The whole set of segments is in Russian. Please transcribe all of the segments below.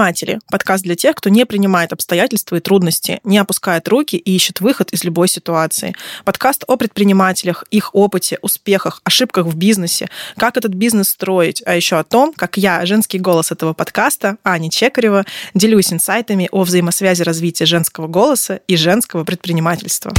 «Предприниматели» – подкаст для тех, кто не принимает обстоятельства и трудности, не опускает руки и ищет выход из любой ситуации. Подкаст о предпринимателях, их опыте, успехах, ошибках в бизнесе, как этот бизнес строить, а еще о том, как я, женский голос этого подкаста, Аня Чекарева, делюсь инсайтами о взаимосвязи развития женского голоса и женского предпринимательства.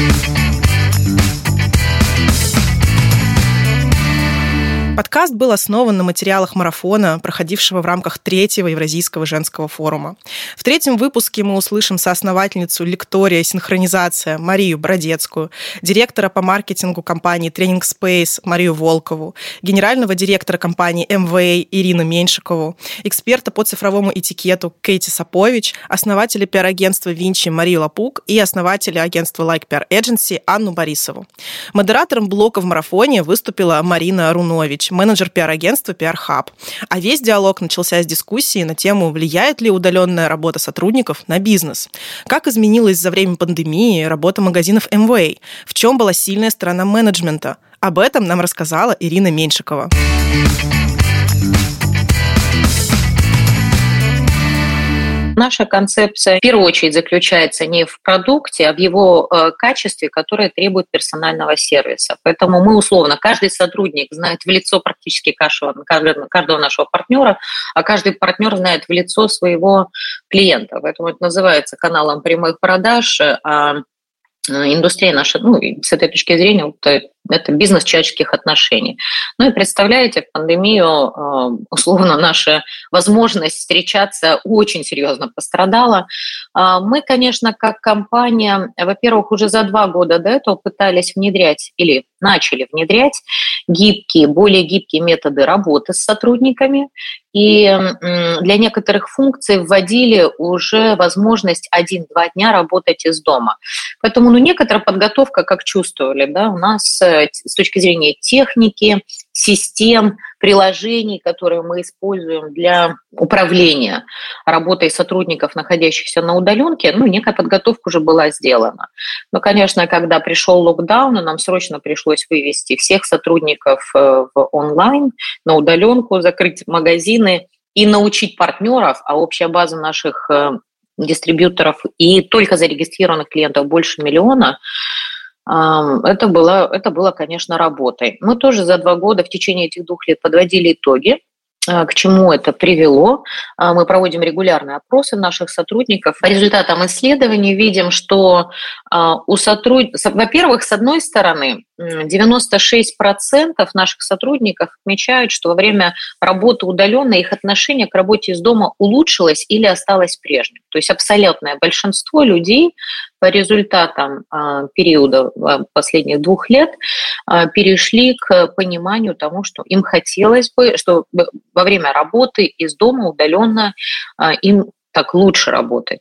Подкаст был основан на материалах марафона, проходившего в рамках 3-го Евразийского женского форума. В 3-м выпуске мы услышим соосновательницу «Лектория. Синхронизация» Марию Бродецкую, директора по маркетингу компании Training Space Марию Волкову, генерального директора компании MWay Ирину Меньшикову, эксперта по цифровому этикету Кейти Сапович, основателя пиар-агентства Винчи Марию Лапук и основателя агентства Like PR Agency Анну Борисову. Модератором блока в марафоне выступила Марина Рунович, менеджер пиар-агентства PR Hub. А весь диалог начался с дискуссии на тему, влияет ли удаленная работа сотрудников на бизнес. Как изменилась за время пандемии работа магазинов MWay? В чем была сильная сторона менеджмента? Об этом нам рассказала Ирина Меньшикова. Наша концепция в первую очередь заключается не в продукте, а в его качестве, которое требует персонального сервиса. Поэтому мы условно, каждый сотрудник знает в лицо практически каждого нашего партнера, а каждый партнер знает в лицо своего клиента. Поэтому это называется каналом прямых продаж. Индустрия наша, с этой точки зрения, это бизнес человеческих отношений. И представляете, в пандемию, условно, наша возможность встречаться очень серьезно пострадала. Мы, конечно, как компания, во-первых, уже за 2 года до этого пытались внедрять или начали внедрять более гибкие методы работы с сотрудниками. И для некоторых функций вводили уже возможность 1-2 дня работать из дома. Поэтому некоторая подготовка, как чувствовали, у нас с точки зрения техники, систем, приложений, которые мы используем для управления работой сотрудников, находящихся на удаленке, некая подготовка уже была сделана. Но, конечно, когда пришел локдаун, нам срочно пришлось вывести всех сотрудников в онлайн, на удаленку, закрыть магазины и научить партнеров, а общая база наших дистрибьюторов и только зарегистрированных клиентов больше 1 миллиона. Это было, конечно, работой. Мы тоже за 2 года в течение этих 2 лет подводили итоги, к чему это привело. Мы проводим регулярные опросы наших сотрудников. По результатам исследований видим, что во-первых, с одной стороны, 96% наших сотрудников отмечают, что во время работы удаленно их отношение к работе из дома улучшилось или осталось прежним. То есть абсолютное большинство людей по результатам периода последних 2 лет перешли к пониманию тому, что им хотелось бы, что во время работы из дома удаленно им так лучше работать.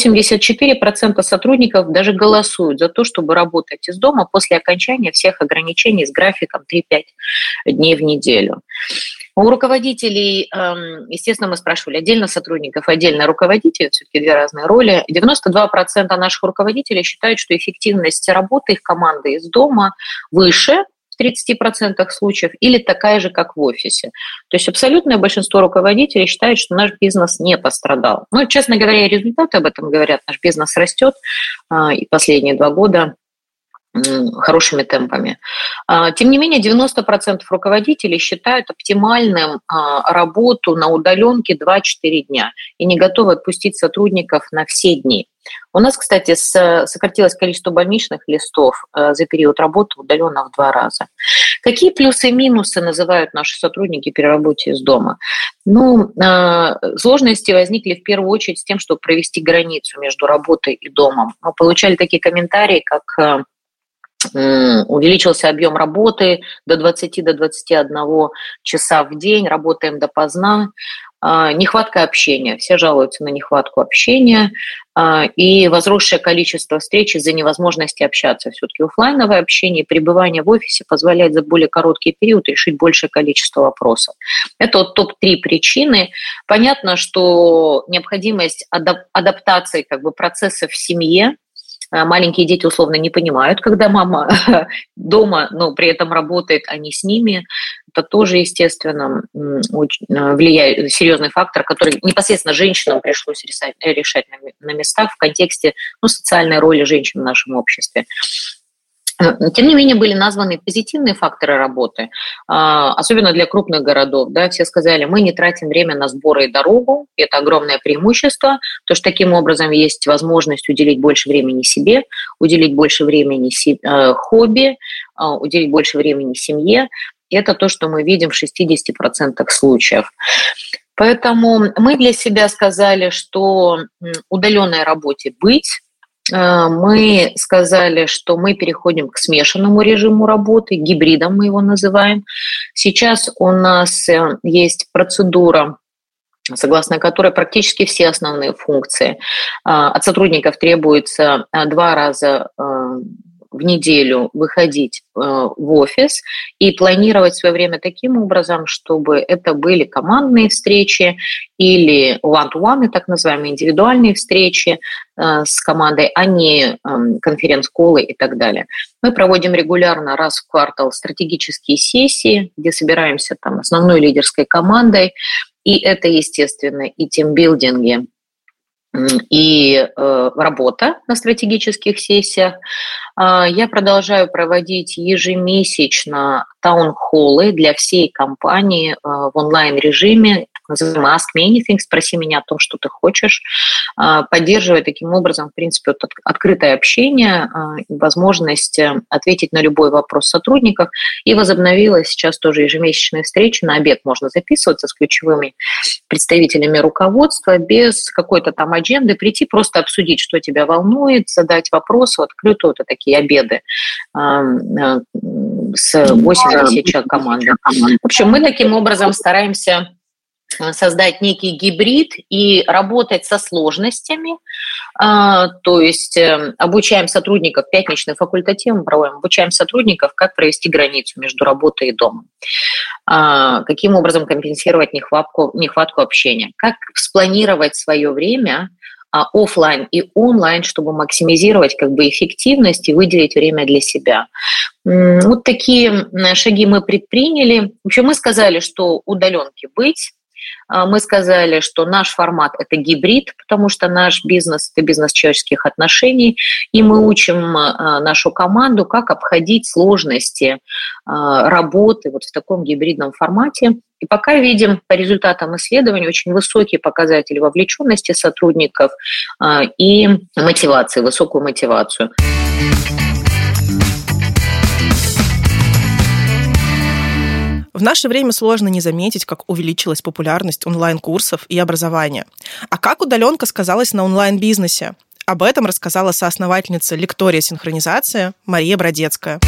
84% сотрудников даже голосуют за то, чтобы работать из дома после окончания всех ограничений с графиком 3-5 дней в неделю. У руководителей, естественно, мы спрашивали отдельно сотрудников, отдельно руководителей, все-таки 2 разные роли. 92% наших руководителей считают, что эффективность работы их команды из дома выше в 30% случаев или такая же, как в офисе. То есть абсолютное большинство руководителей считает, что наш бизнес не пострадал. Честно говоря, результаты об этом говорят. Наш бизнес растет и последние 2 года хорошими темпами. Тем не менее, 90% руководителей считают оптимальным работу на удаленке 2-4 дня и не готовы отпустить сотрудников на все дни. У нас, кстати, сократилось количество больничных листов за период работы удаленно в 2 раза. Какие плюсы и минусы называют наши сотрудники при работе из дома? Сложности возникли в первую очередь с тем, чтобы провести границу между работой и домом. Мы получали такие комментарии, как увеличился объем работы до 20-21 часа в день, работаем допоздна. Нехватка общения. Все жалуются на нехватку общения и возросшее количество встреч из-за невозможности общаться. Все-таки офлайновое общение и пребывание в офисе позволяет за более короткий период решить большее количество вопросов. Это топ-3 причины. Понятно, что необходимость адаптации процессов в семье Маленькие дети условно не понимают, когда мама дома, но при этом работает, а не с ними. Это тоже, естественно, влияет, серьезный фактор, который непосредственно женщинам пришлось решать на местах в контексте социальной роли женщин в нашем обществе. Тем не менее, были названы позитивные факторы работы, особенно для крупных городов. Да, все сказали, мы не тратим время на сборы и дорогу, это огромное преимущество, потому что таким образом есть возможность уделить больше времени себе, уделить больше времени хобби, уделить больше времени семье. И это то, что мы видим в 60% случаев. Поэтому мы для себя сказали, что удаленной работе быть. Мы сказали, что мы переходим к смешанному режиму работы, гибридом мы его называем. Сейчас у нас есть процедура, согласно которой практически все основные функции от сотрудников требуется 2 раза в неделю выходить в офис и планировать свое время таким образом, чтобы это были командные встречи или one-to-one, так называемые индивидуальные встречи с командой, а не конференц-коллы и так далее. Мы проводим регулярно раз в квартал стратегические сессии, где собираемся там основной лидерской командой, и это, естественно, и тимбилдинги, и работа на стратегических сессиях. Я продолжаю проводить ежемесячно таун-холлы для всей компании в онлайн-режиме, называемый Ask Me Anything, спроси меня о том, что ты хочешь, поддерживая таким образом, в принципе, открытое общение, возможность ответить на любой вопрос сотрудников. И возобновила сейчас тоже ежемесячные встречи, на обед можно записываться с ключевыми представителями руководства, без какой-то там адженды, прийти, просто обсудить, что тебя волнует, задать вопросы, открытые вот такие обеды с 80 человек команды. В общем, мы таким образом стараемся создать некий гибрид и работать со сложностями, то есть обучаем сотрудников, пятничный факультатив мы проводим, обучаем сотрудников, как провести границу между работой и домом, каким образом компенсировать нехватку общения, как спланировать свое время офлайн и онлайн, чтобы максимизировать эффективность и выделить время для себя. Вот такие шаги мы предприняли. В общем, мы сказали, что удаленки быть. Мы сказали, что наш формат – это гибрид, потому что наш бизнес – это бизнес человеческих отношений, и мы учим нашу команду, как обходить сложности работы вот в таком гибридном формате. И пока видим по результатам исследований очень высокие показатели вовлеченности сотрудников и мотивации, высокую мотивацию. В наше время сложно не заметить, как увеличилась популярность онлайн-курсов и образования. А как удаленка сказалась на онлайн-бизнесе? Об этом рассказала соосновательница лектория «Синхронизация» Мария Бродецкая.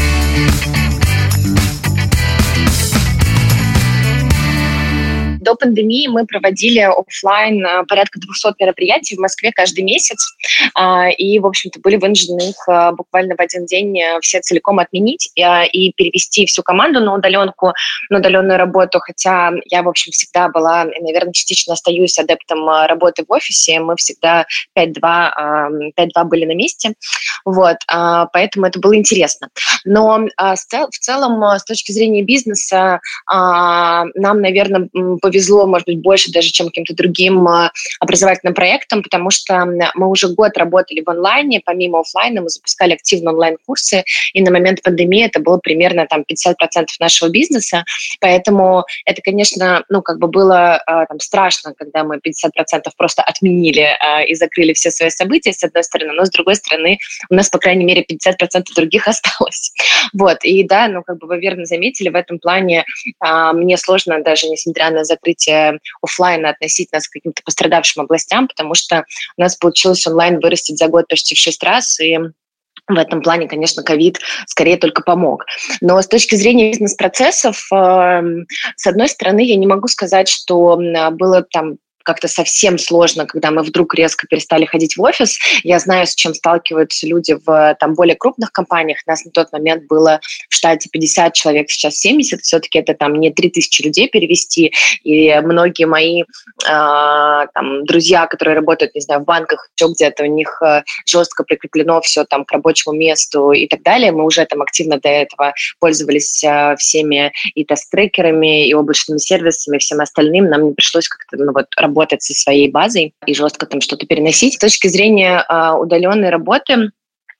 До пандемии мы проводили офлайн порядка 200 мероприятий в Москве каждый месяц. И, в общем-то, были вынуждены их буквально в один день все целиком отменить и перевести всю команду на удаленку, на удаленную работу. Хотя я, в общем, всегда была, и, наверное, частично остаюсь адептом работы в офисе. Мы всегда 5-2 были на месте. Вот, поэтому это было интересно. Но в целом, с точки зрения бизнеса, нам, наверное, повезло, может быть, больше даже, чем каким-то другим образовательным проектам, потому что мы уже год работали в онлайне, помимо офлайна мы запускали активно онлайн-курсы, и на момент пандемии это было примерно 50% нашего бизнеса, поэтому это, конечно, было страшно, когда мы 50% просто отменили и закрыли все свои события, с одной стороны, но с другой стороны, у нас, по крайней мере, 50% других осталось. Вот, и да, вы верно заметили, в этом плане мне сложно даже, несмотря на закрытие офлайна, относить нас к каким-то пострадавшим областям, потому что у нас получилось онлайн вырастить за год почти в 6 раз, и в этом плане, конечно, ковид скорее только помог. Но с точки зрения бизнес-процессов, с одной стороны, я не могу сказать, что было как-то совсем сложно, когда мы вдруг резко перестали ходить в офис. Я знаю, с чем сталкиваются люди в там более крупных компаниях. Нас на тот момент было в штате 50 человек, сейчас 70. Все-таки это там не 3000 людей перевести. И многие мои там друзья, которые работают, не знаю, в банках, еще где-то, у них жестко прикреплено все там к рабочему месту и так далее. Мы уже там активно до этого пользовались всеми и тест-трекерами, и облачными сервисами, и всем остальным. Нам не пришлось как-то работать со своей базой и жестко там что-то переносить. С точки зрения удаленной работы,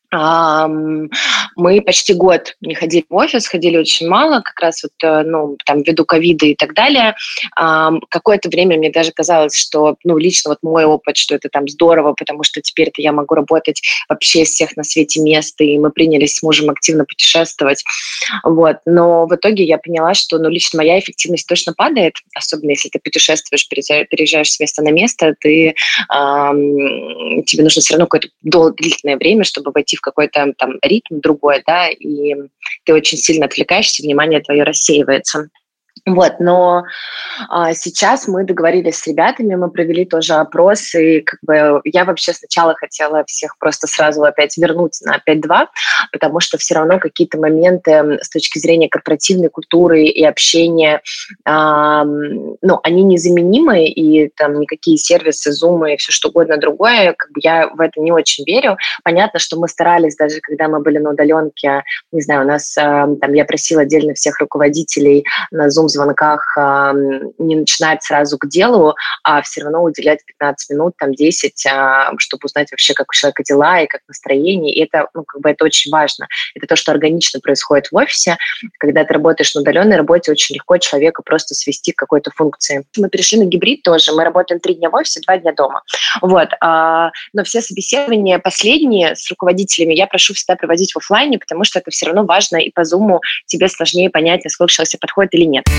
мы почти год не ходили в офис, ходили очень мало, как раз там ввиду ковида и так далее. Какое-то время мне даже казалось, что лично мой опыт, что это там здорово, потому что теперь-то я могу работать вообще из всех на свете мест, и мы принялись с мужем активно путешествовать. Но в итоге я поняла, что лично моя эффективность точно падает, особенно если ты путешествуешь, переезжаешь с места на место, тебе нужно все равно какое-то длительное время, чтобы войти в какой-то там ритм другой, да, и ты очень сильно отвлекаешься, внимание твое рассеивается. Но сейчас мы договорились с ребятами, мы провели тоже опрос, и я вообще сначала хотела всех просто сразу опять вернуть на 5-2, потому что все равно какие-то моменты с точки зрения корпоративной культуры и общения, они незаменимы, и там никакие сервисы, Zoom и все что угодно другое, я в это не очень верю. Понятно, что мы старались, даже когда мы были на удаленке, не знаю, у нас я просила отдельно всех руководителей на Zoom-звонках не начинать сразу к делу, а все равно уделять 15 минут, 10, чтобы узнать вообще, как у человека дела и как настроение. И это, это очень важно. Это то, что органично происходит в офисе. Когда ты работаешь на удаленной работе, очень легко человека просто свести к какой-то функции. Мы перешли на гибрид тоже. Мы работаем 3 дня в офисе, 2 дня дома. Но все собеседования последние с руководителями я прошу всегда проводить в офлайне, потому что это все равно важно, и по Zoom тебе сложнее понять, насколько человек себе подходит или нет.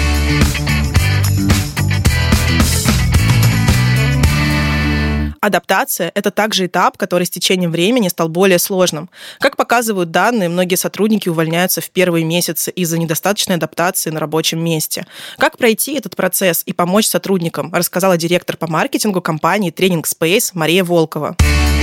Адаптация – это также этап, который с течением времени стал более сложным. Как показывают данные, многие сотрудники увольняются в первые месяцы из-за недостаточной адаптации на рабочем месте. Как пройти этот процесс и помочь сотрудникам, рассказала директор по маркетингу компании Training Space Мария Волкова.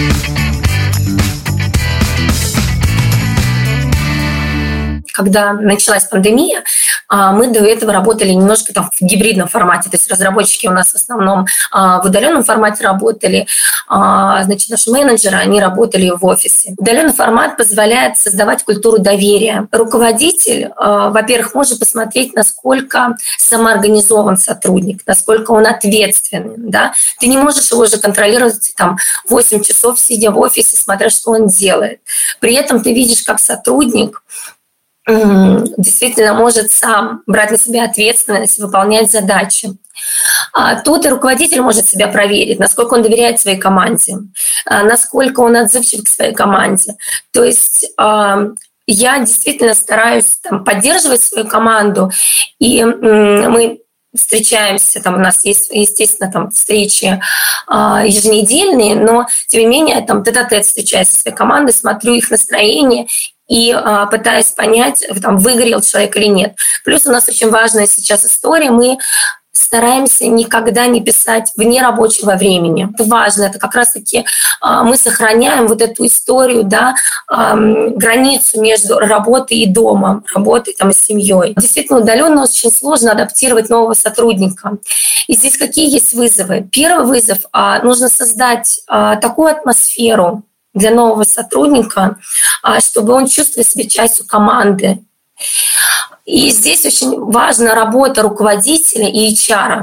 Когда началась пандемия, мы до этого работали немножко там в гибридном формате, то есть разработчики у нас в основном в удаленном формате работали, наши менеджеры, они работали в офисе. Удаленный формат позволяет создавать культуру доверия. Руководитель, во-первых, может посмотреть, насколько самоорганизован сотрудник, насколько он ответственный. Да? Ты не можешь его же контролировать 8 часов, сидя в офисе, смотря, что он делает. При этом ты видишь, как сотрудник действительно может сам брать на себя ответственность, выполнять задачи. Тут и руководитель может себя проверить, насколько он доверяет своей команде, насколько он отзывчив к своей команде. То есть я действительно стараюсь поддерживать свою команду, и мы встречаемся, у нас есть, естественно, встречи еженедельные, но, тем не менее, тет-а-тет встречаюсь со своей командой, смотрю их настроение и пытаюсь понять, выгорел человек или нет. Плюс у нас очень важная сейчас история, мы стараемся никогда не писать вне рабочего времени. Это важно, это как раз-таки мы сохраняем эту историю, границу между работой и домом, работой и семьей. Действительно, удаленно очень сложно адаптировать нового сотрудника. И здесь какие есть вызовы? Первый вызов – нужно создать такую атмосферу для нового сотрудника, чтобы он чувствовал себя частью команды. И здесь очень важна работа руководителя и HR.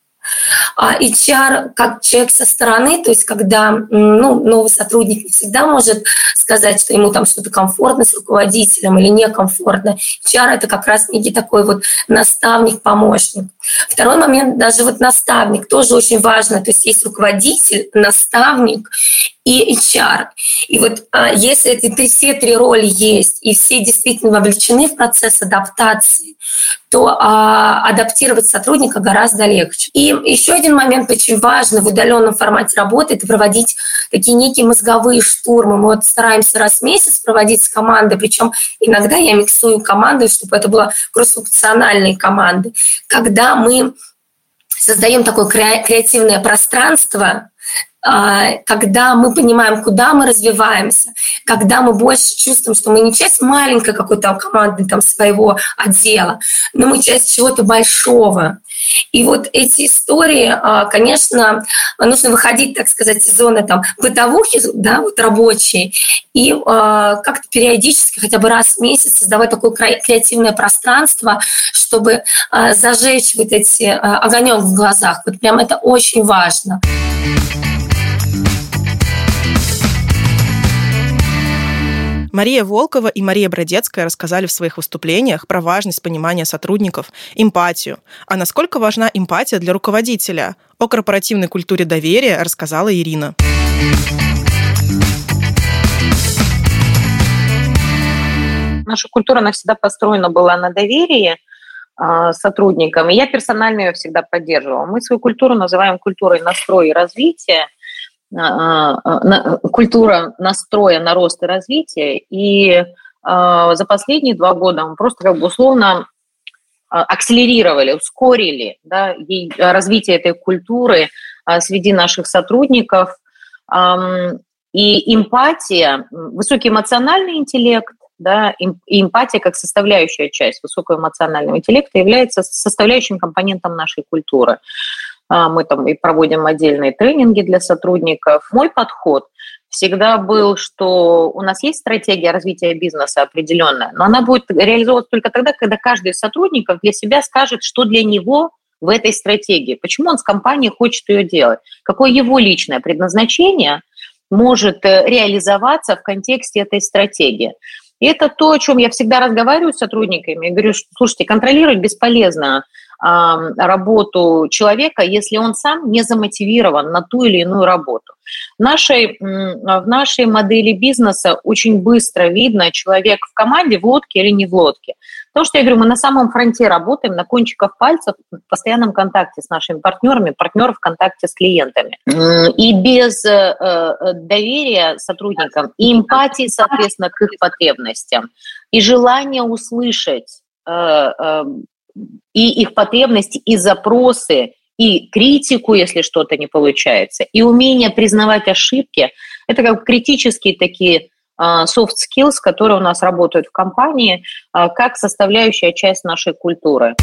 HR как человек со стороны, то есть когда новый сотрудник не всегда может сказать, что ему что-то комфортно с руководителем или некомфортно. HR – это как раз некий такой наставник, помощник. Второй момент, даже наставник тоже очень важно, то есть есть руководитель, наставник и HR. И если все 3 роли есть, и все действительно вовлечены в процесс адаптации, то адаптировать сотрудника гораздо легче. И еще один момент очень важный в удаленном формате работы – это проводить такие некие мозговые штурмы. Мы стараемся раз в месяц проводить с командой, причем иногда я миксую команды, чтобы это было кроссфункциональные команды, когда мы создаем такое креативное пространство, когда мы понимаем, куда мы развиваемся, когда мы больше чувствуем, что мы не часть маленькой какой-то команды там, своего отдела, но мы часть чего-то большого. И вот эти истории, конечно, нужно выходить, так сказать, из зоны там, бытовухи, да, вот рабочей, и как-то периодически, хотя бы раз в месяц создавать такое креативное пространство, чтобы зажечь вот эти огонек в глазах. Вот прям это очень важно. Мария Волкова и Мария Бродецкая рассказали в своих выступлениях про важность понимания сотрудников, эмпатию. А насколько важна эмпатия для руководителя? О корпоративной культуре доверия рассказала Ирина. Наша культура навсегда построена была на доверии сотрудникам, и я персонально ее всегда поддерживала. Мы свою культуру называем культурой настроя и развития, культура настроя на рост и развитие, и за последние 2 года мы просто условно акселерировали, ускорили, да, развитие этой культуры среди наших сотрудников. И эмпатия, высокий эмоциональный интеллект, да, и эмпатия как составляющая часть высокого эмоционального интеллекта является составляющим компонентом нашей культуры. Мы там и проводим отдельные тренинги для сотрудников. Мой подход всегда был, что у нас есть стратегия развития бизнеса определенная, но она будет реализовываться только тогда, когда каждый из сотрудников для себя скажет, что для него в этой стратегии, почему он с компанией хочет ее делать, какое его личное предназначение может реализоваться в контексте этой стратегии. И это то, о чем я всегда разговариваю с сотрудниками. Я говорю, что, слушайте, контролировать бесполезно работу человека, если он сам не замотивирован на ту или иную работу. В нашей модели бизнеса очень быстро видно, человек в команде, в лодке или не в лодке. Потому что, я говорю, мы на самом фронте работаем, на кончиках пальцев, в постоянном контакте с нашими партнерами, партнеры в контакте с клиентами. И без доверия сотрудникам, и эмпатии, соответственно, к их потребностям, и желания услышать и их потребности, и запросы, и критику, если что-то не получается, и умение признавать ошибки. Это как критические такие soft skills, которые у нас работают в компании, как составляющая часть нашей культуры.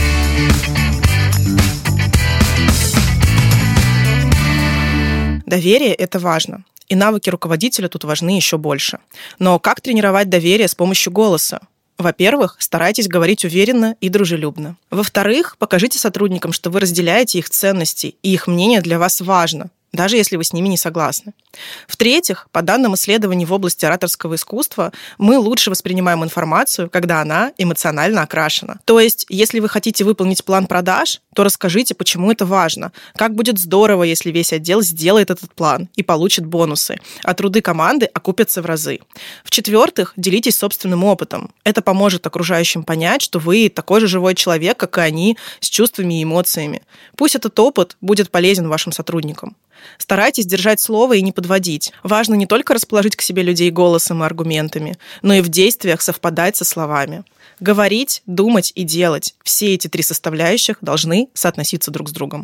Доверие – это важно. И навыки руководителя тут важны еще больше. Но как тренировать доверие с помощью голоса? Во-первых, старайтесь говорить уверенно и дружелюбно. Во-вторых, покажите сотрудникам, что вы разделяете их ценности, и их мнение для вас важно, даже если вы с ними не согласны. В-третьих, по данным исследований в области ораторского искусства, мы лучше воспринимаем информацию, когда она эмоционально окрашена. То есть, если вы хотите выполнить план продаж, то расскажите, почему это важно. Как будет здорово, если весь отдел сделает этот план и получит бонусы, а труды команды окупятся в разы. В-четвертых, делитесь собственным опытом. Это поможет окружающим понять, что вы такой же живой человек, как и они, с чувствами и эмоциями. Пусть этот опыт будет полезен вашим сотрудникам. Старайтесь держать слово и не подводить. Важно не только расположить к себе людей голосом и аргументами, но и в действиях совпадать со словами. Говорить, думать и делать – все эти 3 составляющих должны соотноситься друг с другом.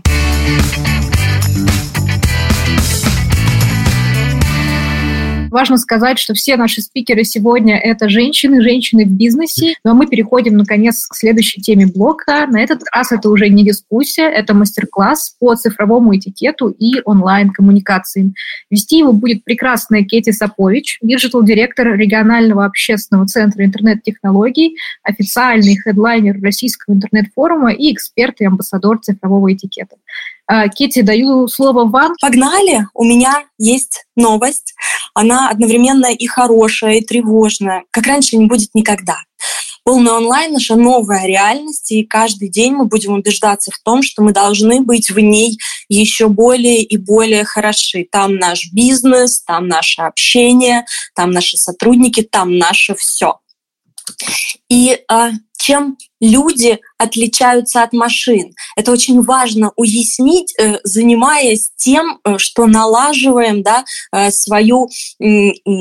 Важно сказать, что все наши спикеры сегодня – это женщины в бизнесе. Но мы переходим, наконец, к следующей теме блока. На этот раз это уже не дискуссия, это мастер-класс по цифровому этикету и онлайн-коммуникациям. Вести его будет прекрасная Кети Сапович, диджитал-директор регионального общественного центра интернет-технологий, официальный хедлайнер Российского интернет-форума и эксперт и амбассадор цифрового этикета. Кети, даю слово вам. Погнали! У меня есть новость. Она одновременно и хорошая, и тревожная. Как раньше не будет никогда. Полный онлайн – наша новая реальность, и каждый день мы будем убеждаться в том, что мы должны быть в ней еще более и более хороши. Там наш бизнес, там наше общение, там наши сотрудники, там наше все. И чем люди отличаются от машин? Это очень важно уяснить, занимаясь тем, что налаживаем, да, свою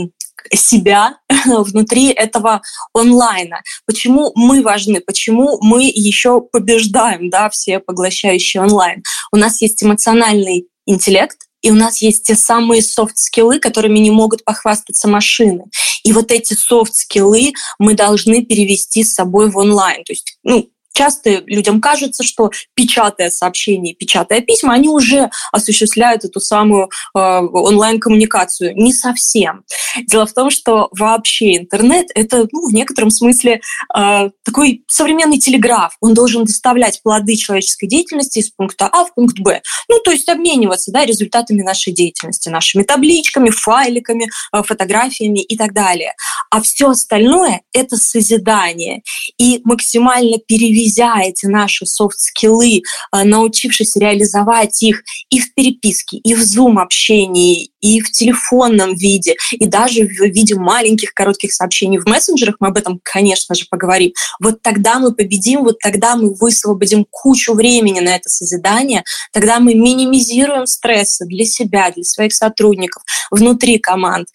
себя внутри этого онлайна. Почему мы важны, почему мы еще побеждаем, да, все поглощающие онлайн. У нас есть эмоциональный интеллект, и у нас есть те самые софт-скиллы, которыми не могут похвастаться машины. И вот эти софт-скиллы мы должны перевести с собой в онлайн. То есть, часто людям кажется, что печатая сообщения, печатая письма, они уже осуществляют эту самую онлайн-коммуникацию. Не совсем. Дело в том, что вообще интернет — это в некотором смысле такой современный телеграф. Он должен доставлять плоды человеческой деятельности из пункта А в пункт Б. То есть обмениваться результатами нашей деятельности, нашими табличками, файликами, фотографиями и так далее. А все остальное — это созидание. И максимально перевести эти наши софт-скиллы, научившись реализовать их и в переписке, и в Zoom-общении, и в телефонном виде, и даже в виде маленьких коротких сообщений в мессенджерах, мы об этом, конечно же, поговорим. Вот тогда мы победим, вот тогда мы высвободим кучу времени на это созидание, тогда мы минимизируем стрессы для себя, для своих сотрудников, внутри команд.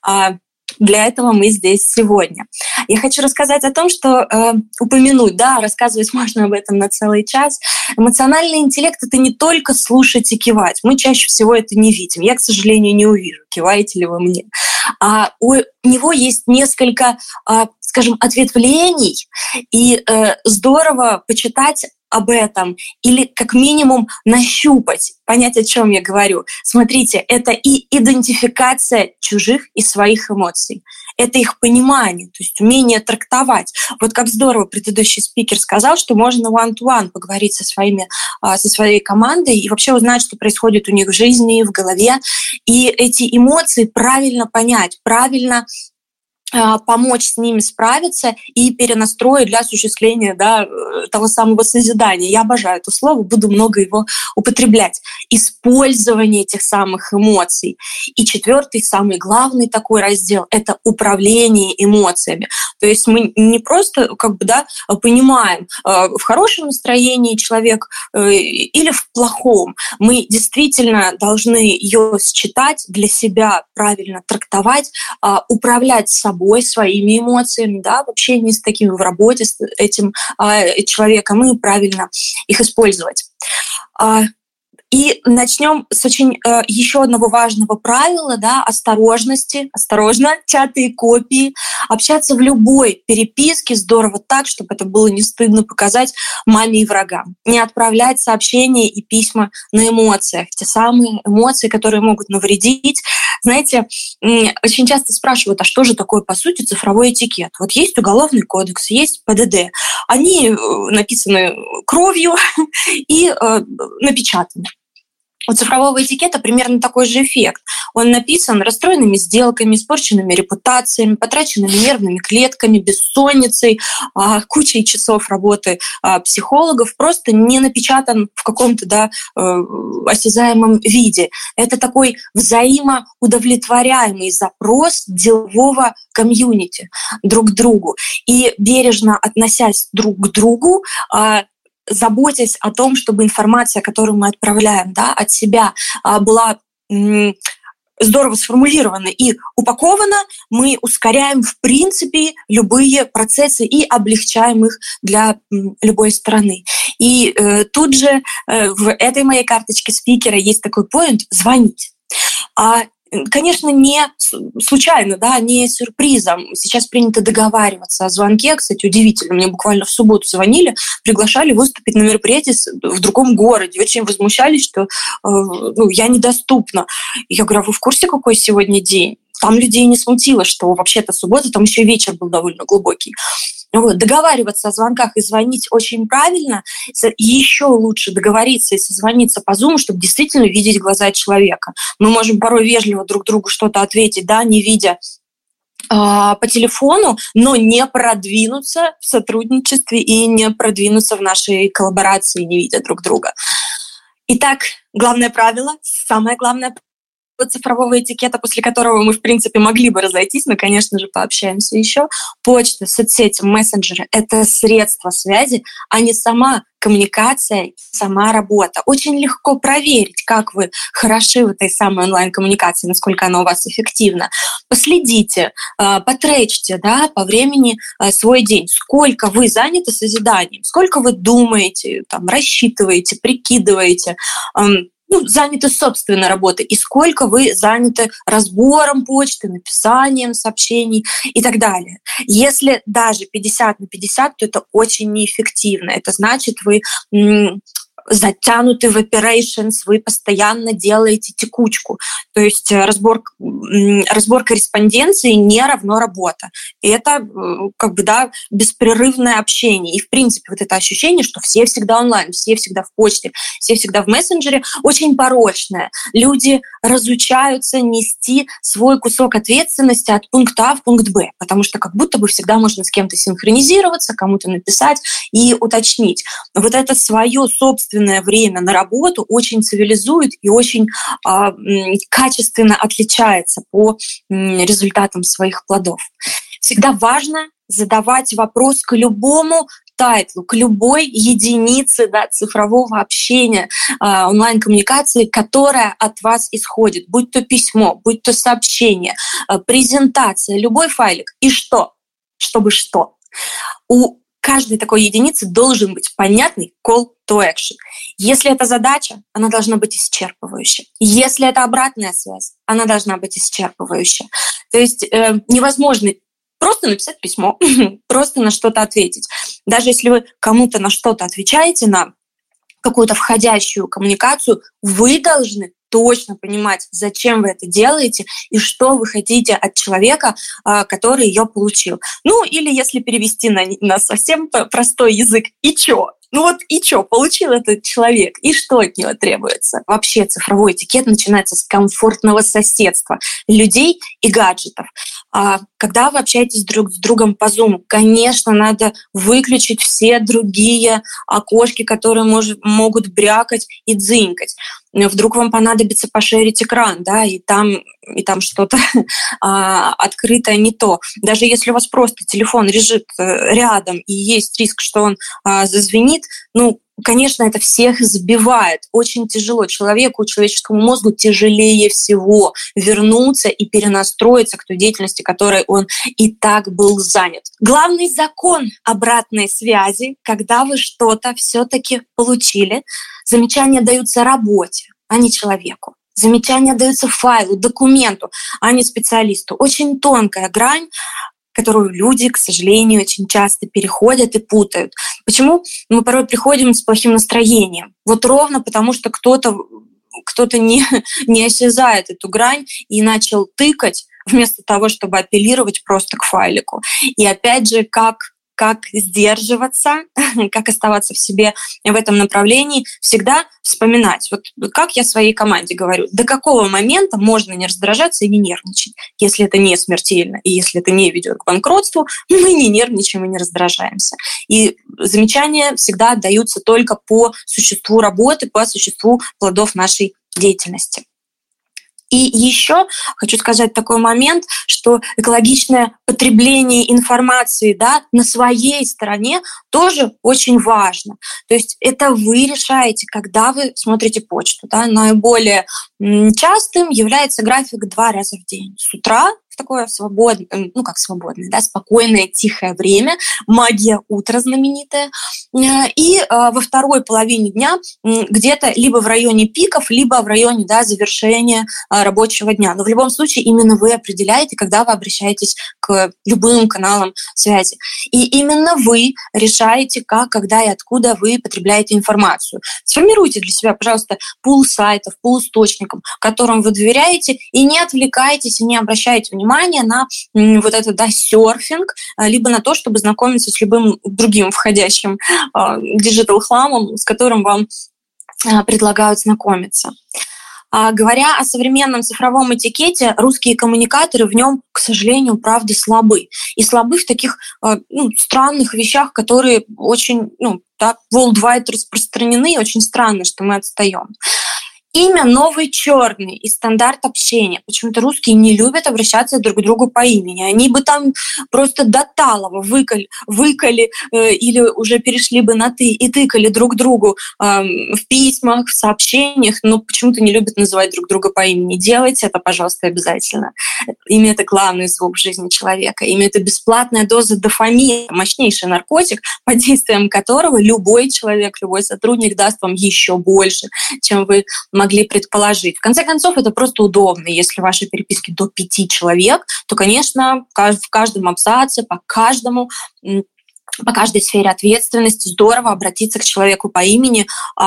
Для этого мы здесь сегодня. Я хочу рассказать о том, что упомянуть, рассказывать можно об этом на целый час. Эмоциональный интеллект — это не только слушать и кивать. Мы чаще всего это не видим. Я, к сожалению, не увижу, киваете ли вы мне. У него есть несколько, скажем, ответвлений, и здорово почитать об этом или как минимум нащупать, понять, о чем я говорю. Смотрите, это и идентификация чужих и своих эмоций, это их понимание, то есть умение трактовать. Вот как здорово предыдущий спикер сказал, что можно one-to-one поговорить со своей командой и вообще узнать, что происходит у них в жизни, в голове, и эти эмоции правильно понять, правильно помочь с ними справиться и перенастроить для осуществления того самого созидания. Я обожаю это слово, буду много его употреблять. Использование этих самых эмоций. И четвертый, самый главный такой раздел — это управление эмоциями. То есть мы не просто понимаем, в хорошем настроении человек или в плохом. Мы действительно должны ее считать для себя, правильно трактовать, управлять собой, своими эмоциями, в общении с таким, в работе с этим человеком, и правильно их использовать. И начнем с еще одного важного правила, осторожности. Осторожно, чаты и копии. Общаться в любой переписке здорово так, чтобы это было не стыдно показать маме и врагам. Не отправлять сообщения и письма на эмоциях. Те самые эмоции, которые могут навредить. Знаете, очень часто спрашивают, а что же такое, по сути, цифровой этикет? Вот есть Уголовный кодекс, есть ПДД. Они написаны кровью и напечатаны. У цифрового этикета примерно такой же эффект. Он написан расстроенными сделками, испорченными репутациями, потраченными нервными клетками, бессонницей, кучей часов работы психологов, просто не напечатан в каком-то осязаемом виде. Это такой взаимоудовлетворяемый запрос делового комьюнити друг к другу. И бережно относясь друг к другу, заботясь о том, чтобы информация, которую мы отправляем от себя, была здорово сформулирована и упакована, мы ускоряем, в принципе, любые процессы и облегчаем их для любой стороны. И тут же в этой моей карточке спикера есть такой поинт — звонить. Конечно, не случайно, не сюрпризом. Сейчас принято договариваться о звонке. Кстати, удивительно, мне буквально в субботу звонили, приглашали выступить на мероприятии в другом городе. Очень возмущались, что я недоступна. Я говорю, а вы в курсе, какой сегодня день? Там людей не смутило, что вообще-то суббота, там еще вечер был довольно глубокий. Договариваться о звонках и звонить очень правильно. Еще лучше договориться и созвониться по Zoom, чтобы действительно видеть глаза человека. Мы можем порой вежливо друг другу что-то ответить, не видя по телефону, но не продвинуться в сотрудничестве и не продвинуться в нашей коллаборации, не видя друг друга. Итак, главное правило, самое главное цифрового этикета, после которого мы, в принципе, могли бы разойтись, но, конечно же, пообщаемся еще. Почта, соцсети, мессенджеры — это средства связи, а не сама коммуникация, сама работа. Очень легко проверить, как вы хороши в этой самой онлайн-коммуникации, насколько она у вас эффективна. Последите, потречьте, да, по времени свой день. Сколько вы заняты созиданием, сколько вы думаете, там, рассчитываете, прикидываете, заняты собственной работой, и сколько вы заняты разбором почты, написанием сообщений и так далее. Если даже 50/50, то это очень неэффективно. Это значит, вы затянуты в operations, вы постоянно делаете текучку. То есть разбор корреспонденции не равно работа. И это беспрерывное общение. И, в принципе, вот это ощущение, что все всегда онлайн, все всегда в почте, все всегда в мессенджере, очень порочное. Люди разучаются нести свой кусок ответственности от пункта А в пункт Б, потому что как будто бы всегда можно с кем-то синхронизироваться, кому-то написать и уточнить. Вот это свое собственное время на работу очень цивилизует и очень качественно отличается по результатам своих плодов. Всегда важно задавать вопрос к любому тайтлу, к любой единице цифрового общения, онлайн-коммуникации, которая от вас исходит, будь то письмо, будь то сообщение, презентация, любой файлик. И что? Чтобы что? У каждой такой единицы должен быть понятный call to action. Если это задача, она должна быть исчерпывающей. Если это обратная связь, она должна быть исчерпывающей. То есть невозможно просто написать письмо, просто на что-то ответить. Даже если вы кому-то на что-то отвечаете, на какую-то входящую коммуникацию, вы должны точно понимать, зачем вы это делаете и что вы хотите от человека, который ее получил. Или если перевести на совсем простой язык, и чё? И чё? Получил этот человек, и что от него требуется? Вообще цифровой этикет начинается с комфортного соседства людей и гаджетов. Когда вы общаетесь друг с другом по Zoom, конечно, надо выключить все другие окошки, которые могут брякать и дзынькать. Вдруг вам понадобится пошерить экран, да, и там что-то открытое не то. Даже если у вас просто телефон лежит рядом и есть риск, что он зазвенит, конечно, это всех сбивает. Очень тяжело. Человеческому мозгу тяжелее всего вернуться и перенастроиться к той деятельности, которой он и так был занят. Главный закон обратной связи, когда вы что-то все-таки получили, замечания даются работе, а не человеку. Замечания даются файлу, документу, а не специалисту. Очень тонкая грань, которую люди, к сожалению, очень часто переходят и путают. Почему мы порой приходим с плохим настроением? Вот ровно потому, что кто-то не осязает эту грань и начал тыкать, вместо того, чтобы апеллировать просто к файлику. И опять же, как сдерживаться, как оставаться в себе в этом направлении, всегда вспоминать. Вот как я своей команде говорю, до какого момента можно не раздражаться и не нервничать. Если это не смертельно, и если это не ведет к банкротству, мы не нервничаем и не раздражаемся. И замечания всегда отдаются только по существу работы, по существу плодов нашей деятельности. И еще хочу сказать такой момент, что экологичное потребление информации, на своей стороне тоже очень важно. То есть это вы решаете, когда вы смотрите почту. Наиболее частым является график 2 раза в день. С утра в такое свободное, спокойное, тихое время, магия утра знаменитая, и во второй половине дня где-то либо в районе пиков, либо в районе завершения рабочего дня. Но в любом случае именно вы определяете, когда вы обращаетесь к любым каналам связи. И именно вы решаете, как, когда и откуда вы потребляете информацию. Сформируйте для себя, пожалуйста, пул сайтов, пул источников, которым вы доверяете, и не отвлекайтесь, и не обращайте внимание на вот этот серфинг, либо на то, чтобы знакомиться с любым другим входящим диджитал-хламом, с которым вам предлагают знакомиться. Говоря о современном цифровом этикете, русские коммуникаторы в нем, к сожалению, правда, слабы. И слабы в таких странных вещах, которые очень worldwide распространены, и очень странно, что мы отстаем. Имя новый черный и стандарт общения. Почему-то русские не любят обращаться друг к другу по имени. Они бы там просто до талого выкали или уже перешли бы на «ты» и тыкали друг другу в письмах, в сообщениях, но почему-то не любят называть друг друга по имени. Делайте это, пожалуйста, обязательно. Имя — это главный звук в жизни человека. Имя — это бесплатная доза дофамина, мощнейший наркотик, под действием которого любой человек, любой сотрудник даст вам еще больше, чем вы могли предположить. В конце концов, это просто удобно. Если в вашей переписке до 5 человек, то, конечно, в каждом абзаце, по каждой сфере ответственности здорово обратиться к человеку по имени,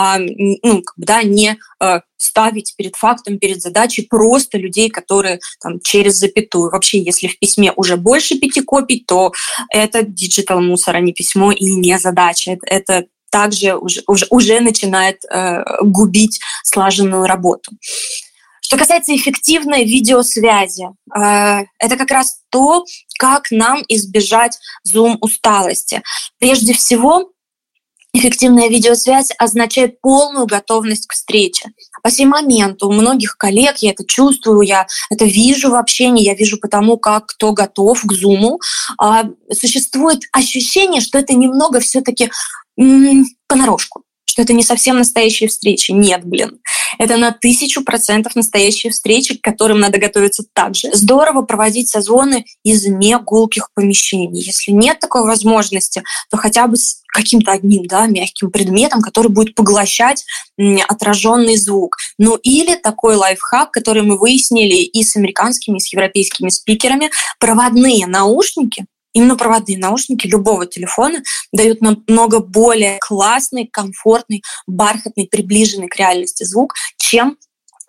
не ставить перед фактом, перед задачей просто людей, которые там через запятую. Вообще, если в письме уже больше 5 копий, то это диджитал-мусор, а не письмо и не задача. Это также уже начинает губить слаженную работу. Что касается эффективной видеосвязи, это как раз то, как нам избежать Zoom-усталости. Прежде всего, эффективная видеосвязь означает полную готовность к встрече. По сей момент у многих коллег, я это чувствую, я это вижу в общении, я вижу потому, как кто готов к Zoom, существует ощущение, что это немного все-таки понарошку, что это не совсем настоящие встречи. Нет, это на 1000% настоящие встречи, к которым надо готовиться также. Здорово проводить созвоны из негулких помещений. Если нет такой возможности, то хотя бы с каким-то одним мягким предметом, который будет поглощать отраженный звук. Ну или такой лайфхак, который мы выяснили и с американскими, и с европейскими спикерами, проводные наушники. Именно проводные наушники любого телефона дают намного более классный, комфортный, бархатный, приближенный к реальности звук, чем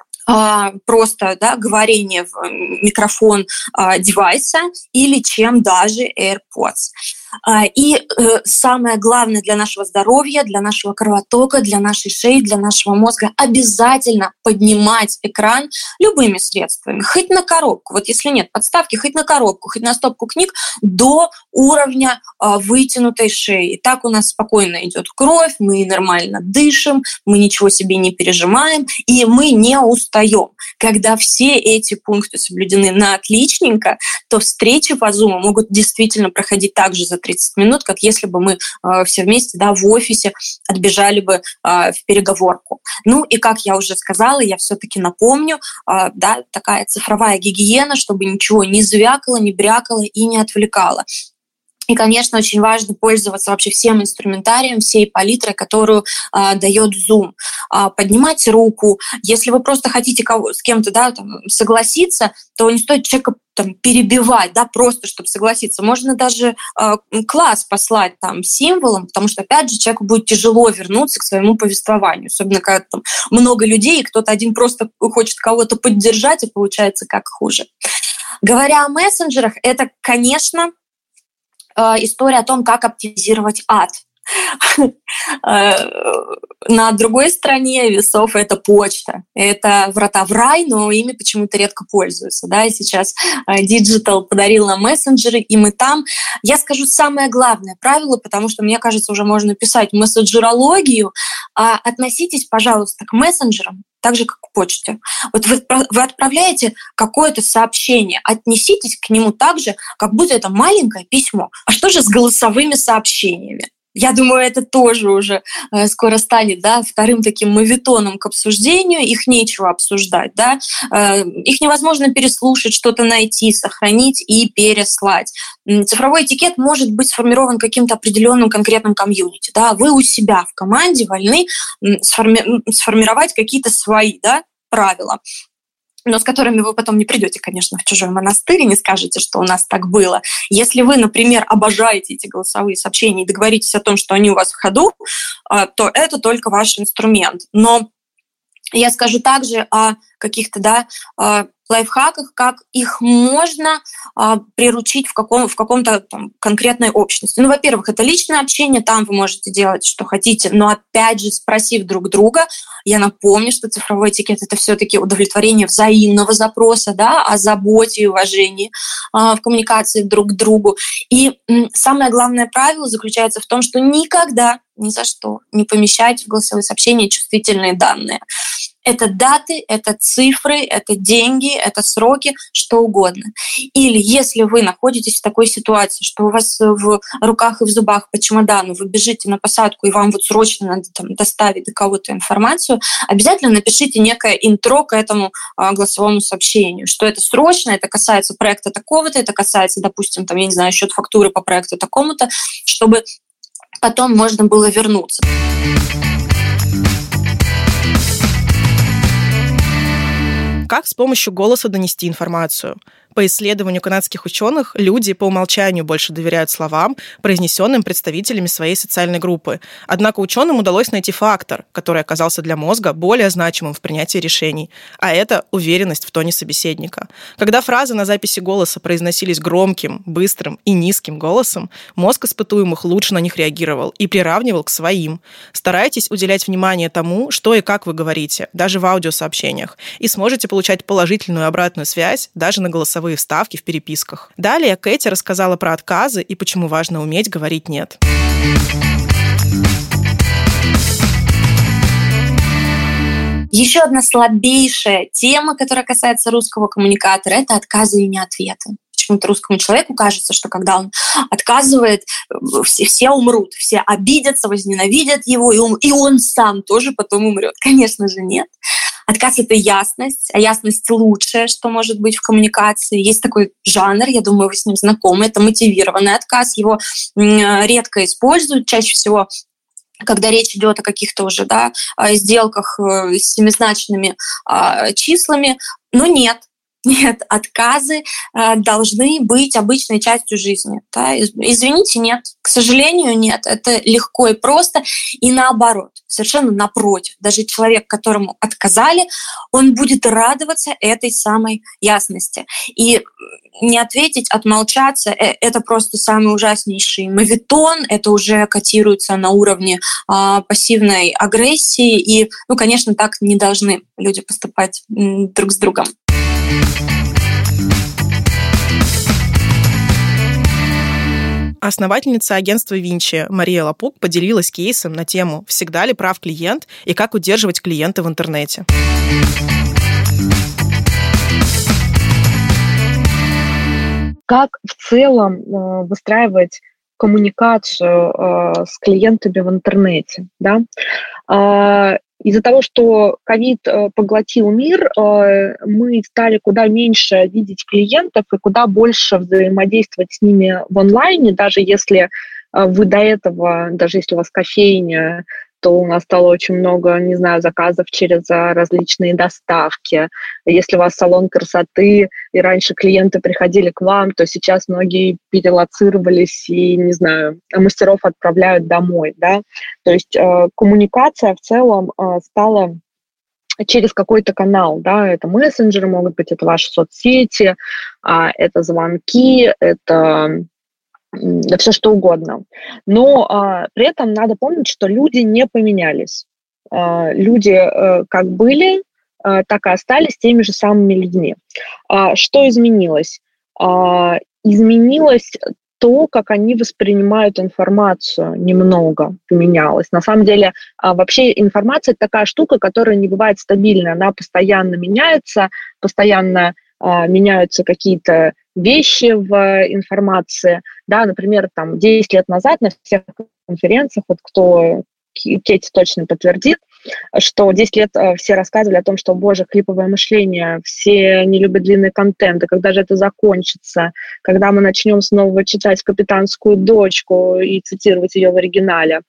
просто говорение в микрофон девайса или чем даже AirPods. И самое главное для нашего здоровья, для нашего кровотока, для нашей шеи, для нашего мозга — обязательно поднимать экран любыми средствами, хоть на коробку. Вот если нет подставки, хоть на коробку, хоть на стопку книг до уровня вытянутой шеи. И так у нас спокойно идет кровь, мы нормально дышим, мы ничего себе не пережимаем, и мы не устаем. Когда все эти пункты соблюдены на отличненько, то встречи по Zoom могут действительно проходить так же за 30 минут, как если бы мы все вместе в офисе отбежали бы в переговорку. Ну и, как я уже сказала, я все-таки напомню, такая цифровая гигиена, чтобы ничего не звякало, не брякало и не отвлекало. И, конечно, очень важно пользоваться вообще всем инструментарием, всей палитрой, которую дает Zoom. Поднимать руку. Если вы просто хотите с кем-то согласиться, то не стоит человека перебивать, просто чтобы согласиться. Можно даже класс послать символом, потому что, опять же, человеку будет тяжело вернуться к своему повествованию. Особенно, когда много людей, и кто-то один просто хочет кого-то поддержать, и получается как хуже. Говоря о мессенджерах, это, конечно, история о том, как оптимизировать ад. На другой стороне весов это почта. Это врата в рай, но ими почему-то редко пользуются. И сейчас Digital подарил нам мессенджеры, и мы там. Я скажу самое главное правило, потому что, мне кажется, уже можно писать мессенджерологию. Относитесь, пожалуйста, к мессенджерам так же, как к почте. Вот вы отправляете какое-то сообщение, отнеситесь к нему так же, как будто это маленькое письмо. А что же с голосовыми сообщениями? Я думаю, это тоже уже скоро станет вторым таким моветоном к обсуждению. Их нечего обсуждать. Их невозможно переслушать, что-то найти, сохранить и переслать. Цифровой этикет может быть сформирован каким-то определенным конкретным комьюнити. Вы у себя в команде вольны сформировать какие-то свои правила, но с которыми вы потом не придете, конечно, в чужой монастырь и не скажете, что у нас так было. Если вы, например, обожаете эти голосовые сообщения и договоритесь о том, что они у вас в ходу, то это только ваш инструмент. Но я скажу также о каких-то лайфхаках, как их можно приручить в каком-то конкретной общности. Во-первых, это личное общение, там вы можете делать, что хотите, но опять же, спросив друг друга, я напомню, что цифровой этикет — это все-таки удовлетворение взаимного запроса, о заботе и уважении в коммуникации друг к другу. И самое главное правило заключается в том, что никогда, ни за что не помещайте в голосовые сообщения чувствительные данные. Это даты, это цифры, это деньги, это сроки, что угодно. Или если вы находитесь в такой ситуации, что у вас в руках и в зубах по чемодану, вы бежите на посадку, и вам вот срочно надо там доставить до кого-то информацию, обязательно напишите некое интро к этому голосовому сообщению, что это срочно, это касается проекта такого-то, это касается, допустим, там, я не знаю, счет фактуры по проекту такому-то, чтобы потом можно было вернуться. Как с помощью голоса донести информацию? По исследованию канадских ученых, люди по умолчанию больше доверяют словам, произнесенным представителями своей социальной группы. Однако ученым удалось найти фактор, который оказался для мозга более значимым в принятии решений, а это уверенность в тоне собеседника. Когда фразы на записи голоса произносились громким, быстрым и низким голосом, мозг испытуемых лучше на них реагировал и приравнивал к своим. Старайтесь уделять внимание тому, что и как вы говорите, даже в аудиосообщениях, и сможете получать положительную обратную связь даже на голосовые вставки в переписках. Далее Кэти рассказала про отказы и почему важно уметь говорить «нет». Еще одна слабейшая тема, которая касается русского коммуникатора, это отказы и неответы. Почему-то русскому человеку кажется, что когда он отказывает, все умрут, все обидятся, возненавидят его, и он сам тоже потом умрет. Конечно же, нет. Отказ — это ясность, а ясность — лучшее, что может быть в коммуникации. Есть такой жанр, я думаю, вы с ним знакомы, это мотивированный отказ. Его редко используют, чаще всего когда речь идет о каких-то уже сделках с семизначными числами. Но нет, отказы должны быть обычной частью жизни. Да? Извините, нет. К сожалению, нет. Это легко и просто. И наоборот, совершенно напротив. Даже человек, которому отказали, он будет радоваться этой самой ясности. И не ответить, отмолчаться — это просто самый ужаснейший моветон. Это уже котируется на уровне пассивной агрессии. И, конечно, так не должны люди поступать друг с другом. Основательница агентства Винчи Мария Лапук поделилась кейсом на тему «Всегда ли прав клиент» и как удерживать клиента в интернете. Как в целом выстраивать коммуникацию с клиентами в интернете, да? Из-за того, что ковид поглотил мир, мы стали куда меньше видеть клиентов и куда больше взаимодействовать с ними в онлайне, даже если вы до этого, даже если у вас кофейня, то у нас стало очень много, заказов через различные доставки. Если у вас салон красоты, и раньше клиенты приходили к вам, то сейчас многие перелоцировались и, мастеров отправляют домой, да. То есть коммуникация в целом стала через какой-то канал, да, это мессенджеры могут быть, это ваши соцсети, это звонки, это все что угодно. Но при этом надо помнить, что люди не поменялись. Люди как были, так и остались теми же самыми людьми. Что изменилось? Изменилось то, как они воспринимают информацию, немного поменялось. На самом деле, вообще информация — это такая штука, которая не бывает стабильной. Она постоянно меняется, постоянно меняются какие-то вещи в информации. Да, например, 10 лет назад на всех конференциях, кто Кетти точно подтвердит, что 10 лет все рассказывали о том, что, боже, клиповое мышление, все не любят длинный контент, и когда же это закончится, когда мы начнем снова читать «Капитанскую дочку» и цитировать ее в оригинале.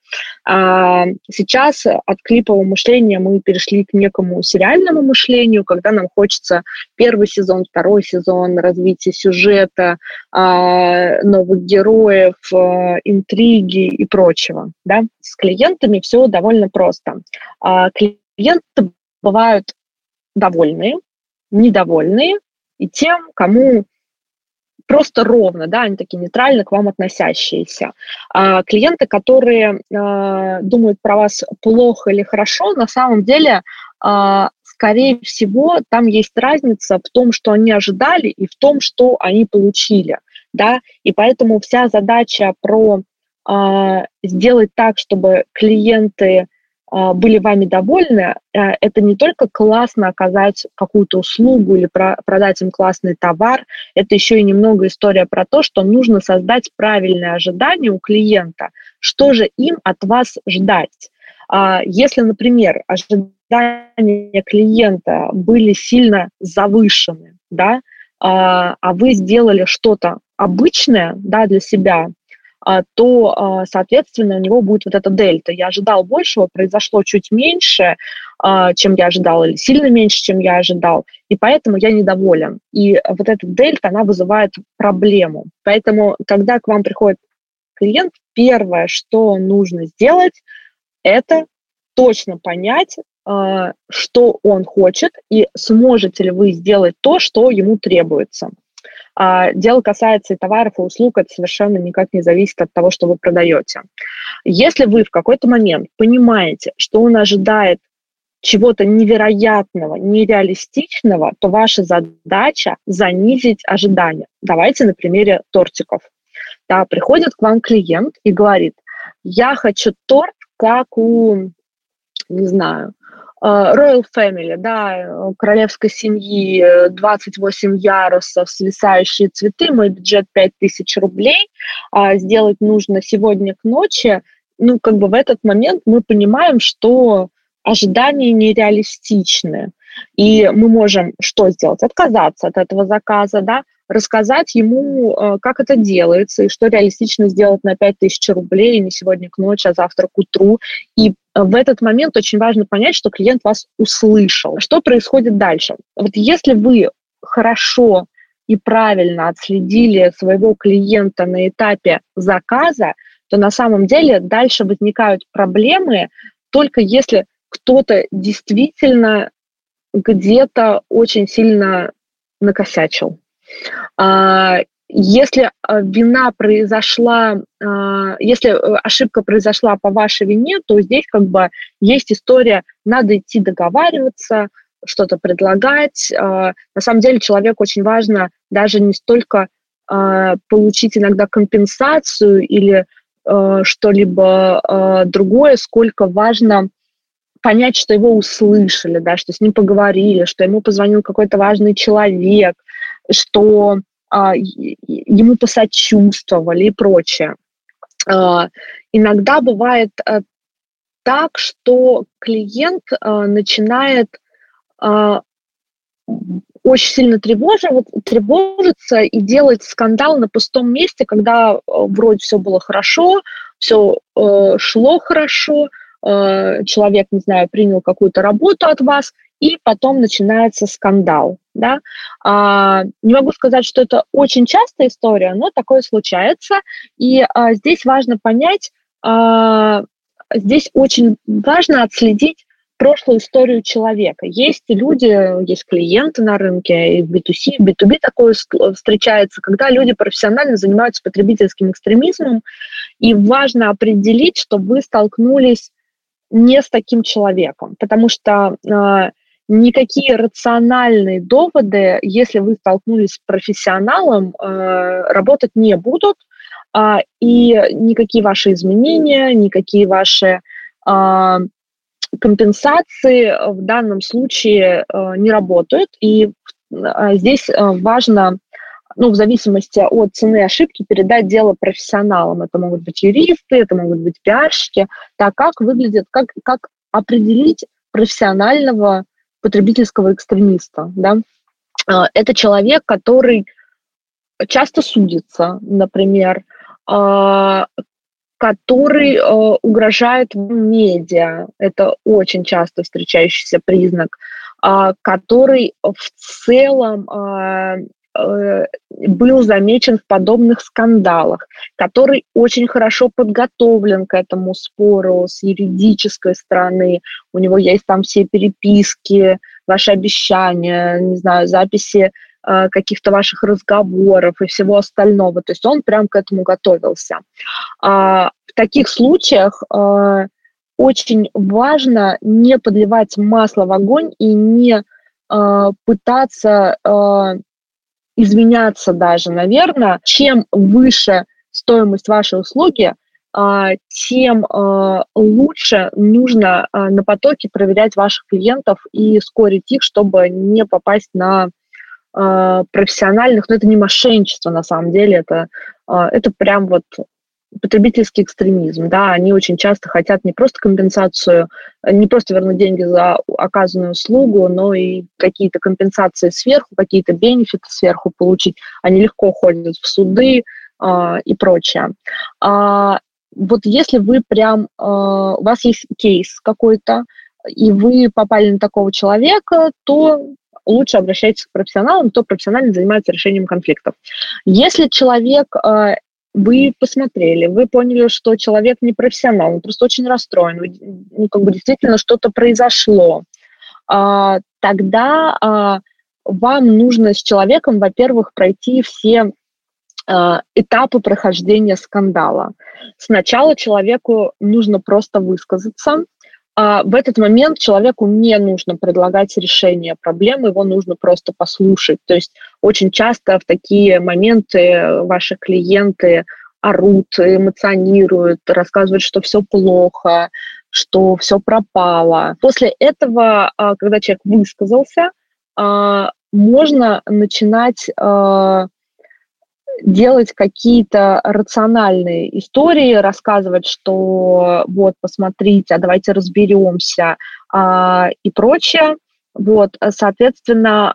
Сейчас от клипового мышления мы перешли к некому сериальному мышлению, когда нам хочется первый сезон, второй сезон, развитие сюжета, новых героев, интриги и прочего. Да? С клиентами все довольно просто. Клиенты бывают довольные, недовольные, и тем, кому просто ровно, да, они такие нейтрально к вам относящиеся. Клиенты, которые думают про вас плохо или хорошо, на самом деле, скорее всего, там есть разница в том, что они ожидали, и в том, что они получили. Да? И поэтому вся задача про сделать так, чтобы клиенты были вами довольны, это не только классно оказать какую-то услугу или продать им классный товар, это еще и немного история про то, что нужно создать правильное ожидание у клиента, что же им от вас ждать. Если, например, ожидания клиента были сильно завышены, да, а вы сделали что-то обычное, да, для себя, то, соответственно, у него будет вот эта дельта. Я ожидал большего, произошло чуть меньше, чем я ожидал, или сильно меньше, чем я ожидал, и поэтому я недоволен. И вот эта дельта, она вызывает проблему. Поэтому, когда к вам приходит клиент, первое, что нужно сделать, это точно понять, что он хочет, и сможете ли вы сделать то, что ему требуется. Дело касается и товаров, и услуг, это совершенно никак не зависит от того, что вы продаете. Если вы в какой-то момент понимаете, что он ожидает чего-то невероятного, нереалистичного, то ваша задача занизить ожидания. Давайте на примере тортиков. Да, приходит к вам клиент и говорит: я хочу торт, как у, не знаю, Royal Family, да, королевской семьи, 28 ярусов, свисающие цветы, мой бюджет 5000 рублей, сделать нужно сегодня к ночи. Ну, как бы в этот момент мы понимаем, что ожидания нереалистичны. И мы можем что сделать? Отказаться от этого заказа, да, рассказать ему, как это делается, и что реалистично сделать на 5000 рублей не сегодня к ночи, а завтра к утру. И в этот момент очень важно понять, что клиент вас услышал. Что происходит дальше? Вот если вы хорошо и правильно отследили своего клиента на этапе заказа, то на самом деле дальше возникают проблемы только если кто-то действительно где-то очень сильно накосячил. Если вина произошла, если ошибка произошла по вашей вине, то здесь как бы есть история, надо идти договариваться, что-то предлагать. На самом деле человеку очень важно даже не столько получить иногда компенсацию или что-либо другое, сколько важно понять, что его услышали, да, что с ним поговорили, что ему позвонил какой-то важный человек, что ему посочувствовали и прочее. Иногда бывает так, что клиент начинает очень сильно тревожиться и делать скандал на пустом месте, когда вроде все было хорошо, все шло хорошо, человек, не знаю, принял какую-то работу от вас, и потом начинается скандал. Да? Не могу сказать, что это очень частая история, но такое случается. И здесь важно понять, здесь очень важно отследить прошлую историю человека. Есть люди, есть клиенты на рынке, и в B2C, и в B2B такое встречается, когда люди профессионально занимаются потребительским экстремизмом, и важно определить, что вы столкнулись не с таким человеком, потому что никакие рациональные доводы, если вы столкнулись с профессионалом, работать не будут, и никакие ваши изменения, никакие ваши компенсации в данном случае не работают. И здесь важно, в зависимости от цены ошибки, передать дело профессионалам. Это могут быть юристы, это могут быть пиарщики. Так как выглядит, как определить профессионального потребительского экстремиста, да? Это человек, который часто судится, например, который угрожает в медиа, это очень часто встречающийся признак, который в целом был замечен в подобных скандалах, который очень хорошо подготовлен к этому спору с юридической стороны, у него есть там все переписки, ваши обещания, не знаю, записи каких-то ваших разговоров и всего остального. То есть он прям к этому готовился. В таких случаях очень важно не подливать масло в огонь и не пытаться извиняться даже, наверное. Чем выше стоимость вашей услуги, тем лучше нужно на потоке проверять ваших клиентов и скорить их, чтобы не попасть на профессиональных, но это не мошенничество на самом деле, это прям вот потребительский экстремизм, да, они очень часто хотят не просто компенсацию, не просто вернуть деньги за оказанную услугу, но и какие-то компенсации сверху, какие-то бенефиты сверху получить. Они легко ходят в суды и прочее. Вот если вы прям, у вас есть кейс какой-то, и вы попали на такого человека, то лучше обращайтесь к профессионалам, кто профессионально занимается решением конфликтов. Если человек... Вы посмотрели, вы поняли, что человек не профессионал, он просто очень расстроен, действительно что-то произошло. Тогда вам нужно с человеком, во-первых, пройти все этапы прохождения скандала. Сначала человеку нужно просто высказаться. В этот момент человеку не нужно предлагать решение проблемы, его нужно просто послушать. То есть очень часто в такие моменты ваши клиенты орут, эмоционируют, рассказывают, что все плохо, что все пропало. После этого, когда человек высказался, можно начинать делать какие-то рациональные истории, рассказывать, что вот, посмотрите, давайте разберемся и прочее. Вот, соответственно,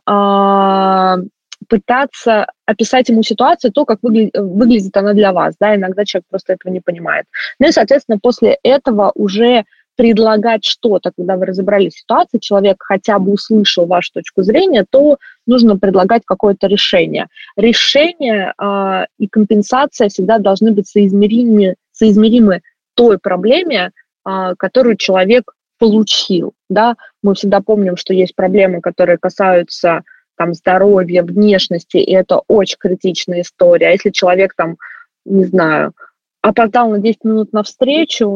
пытаться описать ему ситуацию, то, как выглядит она для вас. Да? Иногда человек просто этого не понимает. Ну и, соответственно, после этого уже предлагать что-то, когда вы разобрались в ситуации, человек хотя бы услышал вашу точку зрения, то нужно предлагать какое-то решение. Решение и компенсация всегда должны быть соизмеримы той проблеме, которую человек получил. Да? Мы всегда помним, что есть проблемы, которые касаются здоровья, внешности, и это очень критичная история. А если человек опоздал на 10 минут на встречу,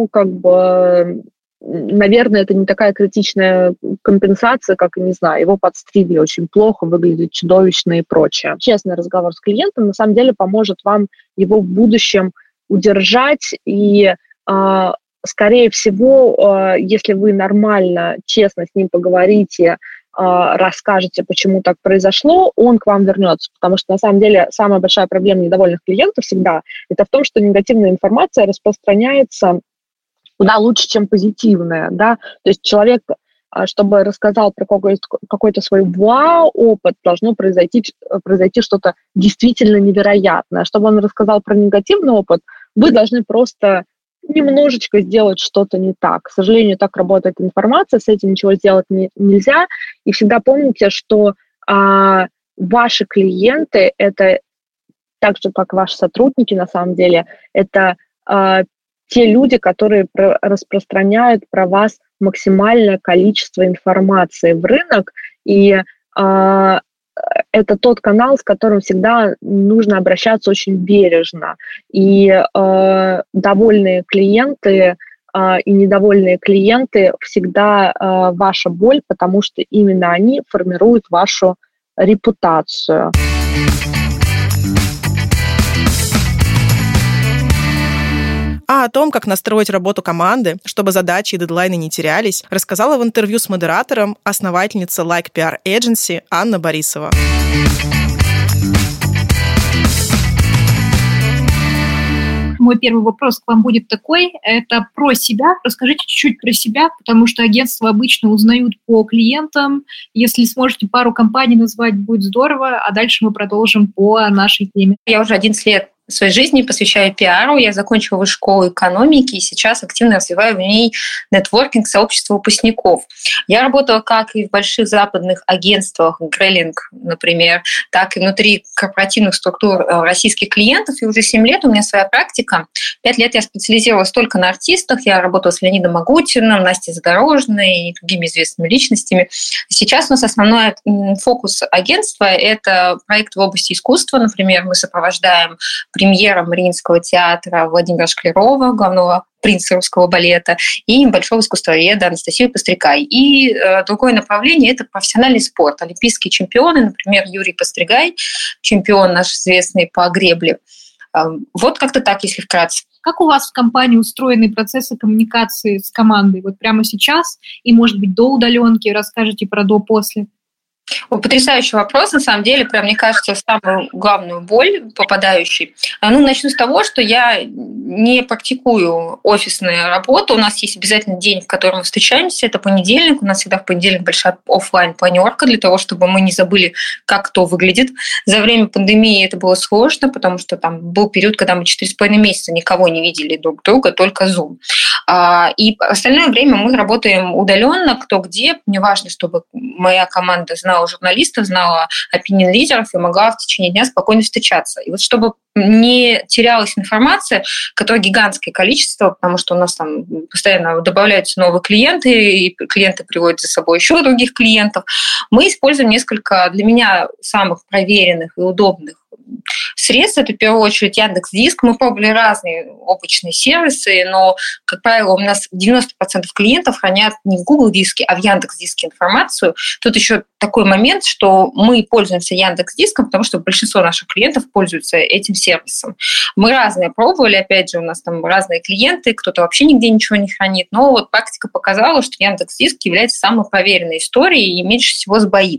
наверное, это не такая критичная компенсация, как, его подстригли очень плохо, выглядит чудовищно и прочее. Честный разговор с клиентом на самом деле поможет вам его в будущем удержать, и, скорее всего, если вы нормально, честно с ним поговорите, расскажете, почему так произошло, он к вам вернется. Потому что, на самом деле, самая большая проблема недовольных клиентов всегда это в том, что негативная информация распространяется куда лучше, чем позитивная. Да? То есть человек, чтобы рассказал про какой-то свой вау-опыт, должно произойти что-то действительно невероятное. Чтобы он рассказал про негативный опыт, вы должны просто немножечко сделать что-то не так. К сожалению, так работает информация, с этим ничего сделать нельзя. И всегда помните, что ваши клиенты – это так же, как ваши сотрудники, на самом деле, это те люди, которые распространяют про вас максимальное количество информации в рынок, и это тот канал, с которым всегда нужно обращаться очень бережно. И довольные клиенты и недовольные клиенты всегда ваша боль, потому что именно они формируют вашу репутацию. А о том, как настроить работу команды, чтобы задачи и дедлайны не терялись, рассказала в интервью с модератором основательница Like PR Agency Анна Борисова. Мой первый вопрос к вам будет такой. Это про себя. Расскажите чуть-чуть про себя, потому что агентства обычно узнают по клиентам. Если сможете пару компаний назвать, будет здорово, а дальше мы продолжим по нашей теме. Я уже 11 лет своей жизни посвящаю пиару. Я закончила высшую школу экономики и сейчас активно развиваю в ней нетворкинг сообщества выпускников. Я работала как и в больших западных агентствах, Греллинг, например, так и внутри корпоративных структур российских клиентов. И уже 7 лет у меня своя практика. 5 лет я специализировалась только на артистах. Я работала с Леонидом Агутиным, Настей Задорожной и другими известными личностями. Сейчас у нас основной фокус агентства – это проект в области искусства. Например, мы сопровождаем премьера Мариинского театра Владимира Шклярова, главного принца русского балета, и большого искусствоведа Анастасию Постригай. И другое направление – это профессиональный спорт. Олимпийские чемпионы, например, Юрий Постригай, чемпион наш известный по гребле. Вот как-то так, если вкратце. Как у вас в компании устроены процессы коммуникации с командой? Вот прямо сейчас и, может быть, до удаленки расскажите про до-после? Потрясающий вопрос, на самом деле, прям, мне кажется, самую главную боль попадающей. Начну с того, что я не практикую офисную работу. У нас есть обязательно день, в котором мы встречаемся, это понедельник. У нас всегда в понедельник большая офлайн-планерка для того, чтобы мы не забыли, как кто выглядит. За время пандемии это было сложно, потому что там был период, когда мы 4,5 месяца никого не видели друг друга, только Zoom. И остальное время мы работаем удаленно, кто где. Мне важно, чтобы моя команда знала журналистов, знала opinion-лидеров и могла в течение дня спокойно встречаться. И вот чтобы не терялась информация, которая гигантское количество, потому что у нас там постоянно добавляются новые клиенты, и клиенты приводят за собой еще других клиентов, мы используем несколько для меня самых проверенных и удобных средств. Это в первую очередь Яндекс.Диск. Мы пробовали разные облачные сервисы, но, как правило, у нас 90% клиентов хранят не в Google Диске, а в Яндекс.Диске информацию. Тут еще такой момент, что мы пользуемся Яндекс.Диском, потому что большинство наших клиентов пользуются этим сервисом. Мы разные пробовали, опять же, у нас там разные клиенты, кто-то вообще нигде ничего не хранит, но вот практика показала, что Яндекс.Диск является самой проверенной историей и меньше всего сбоит.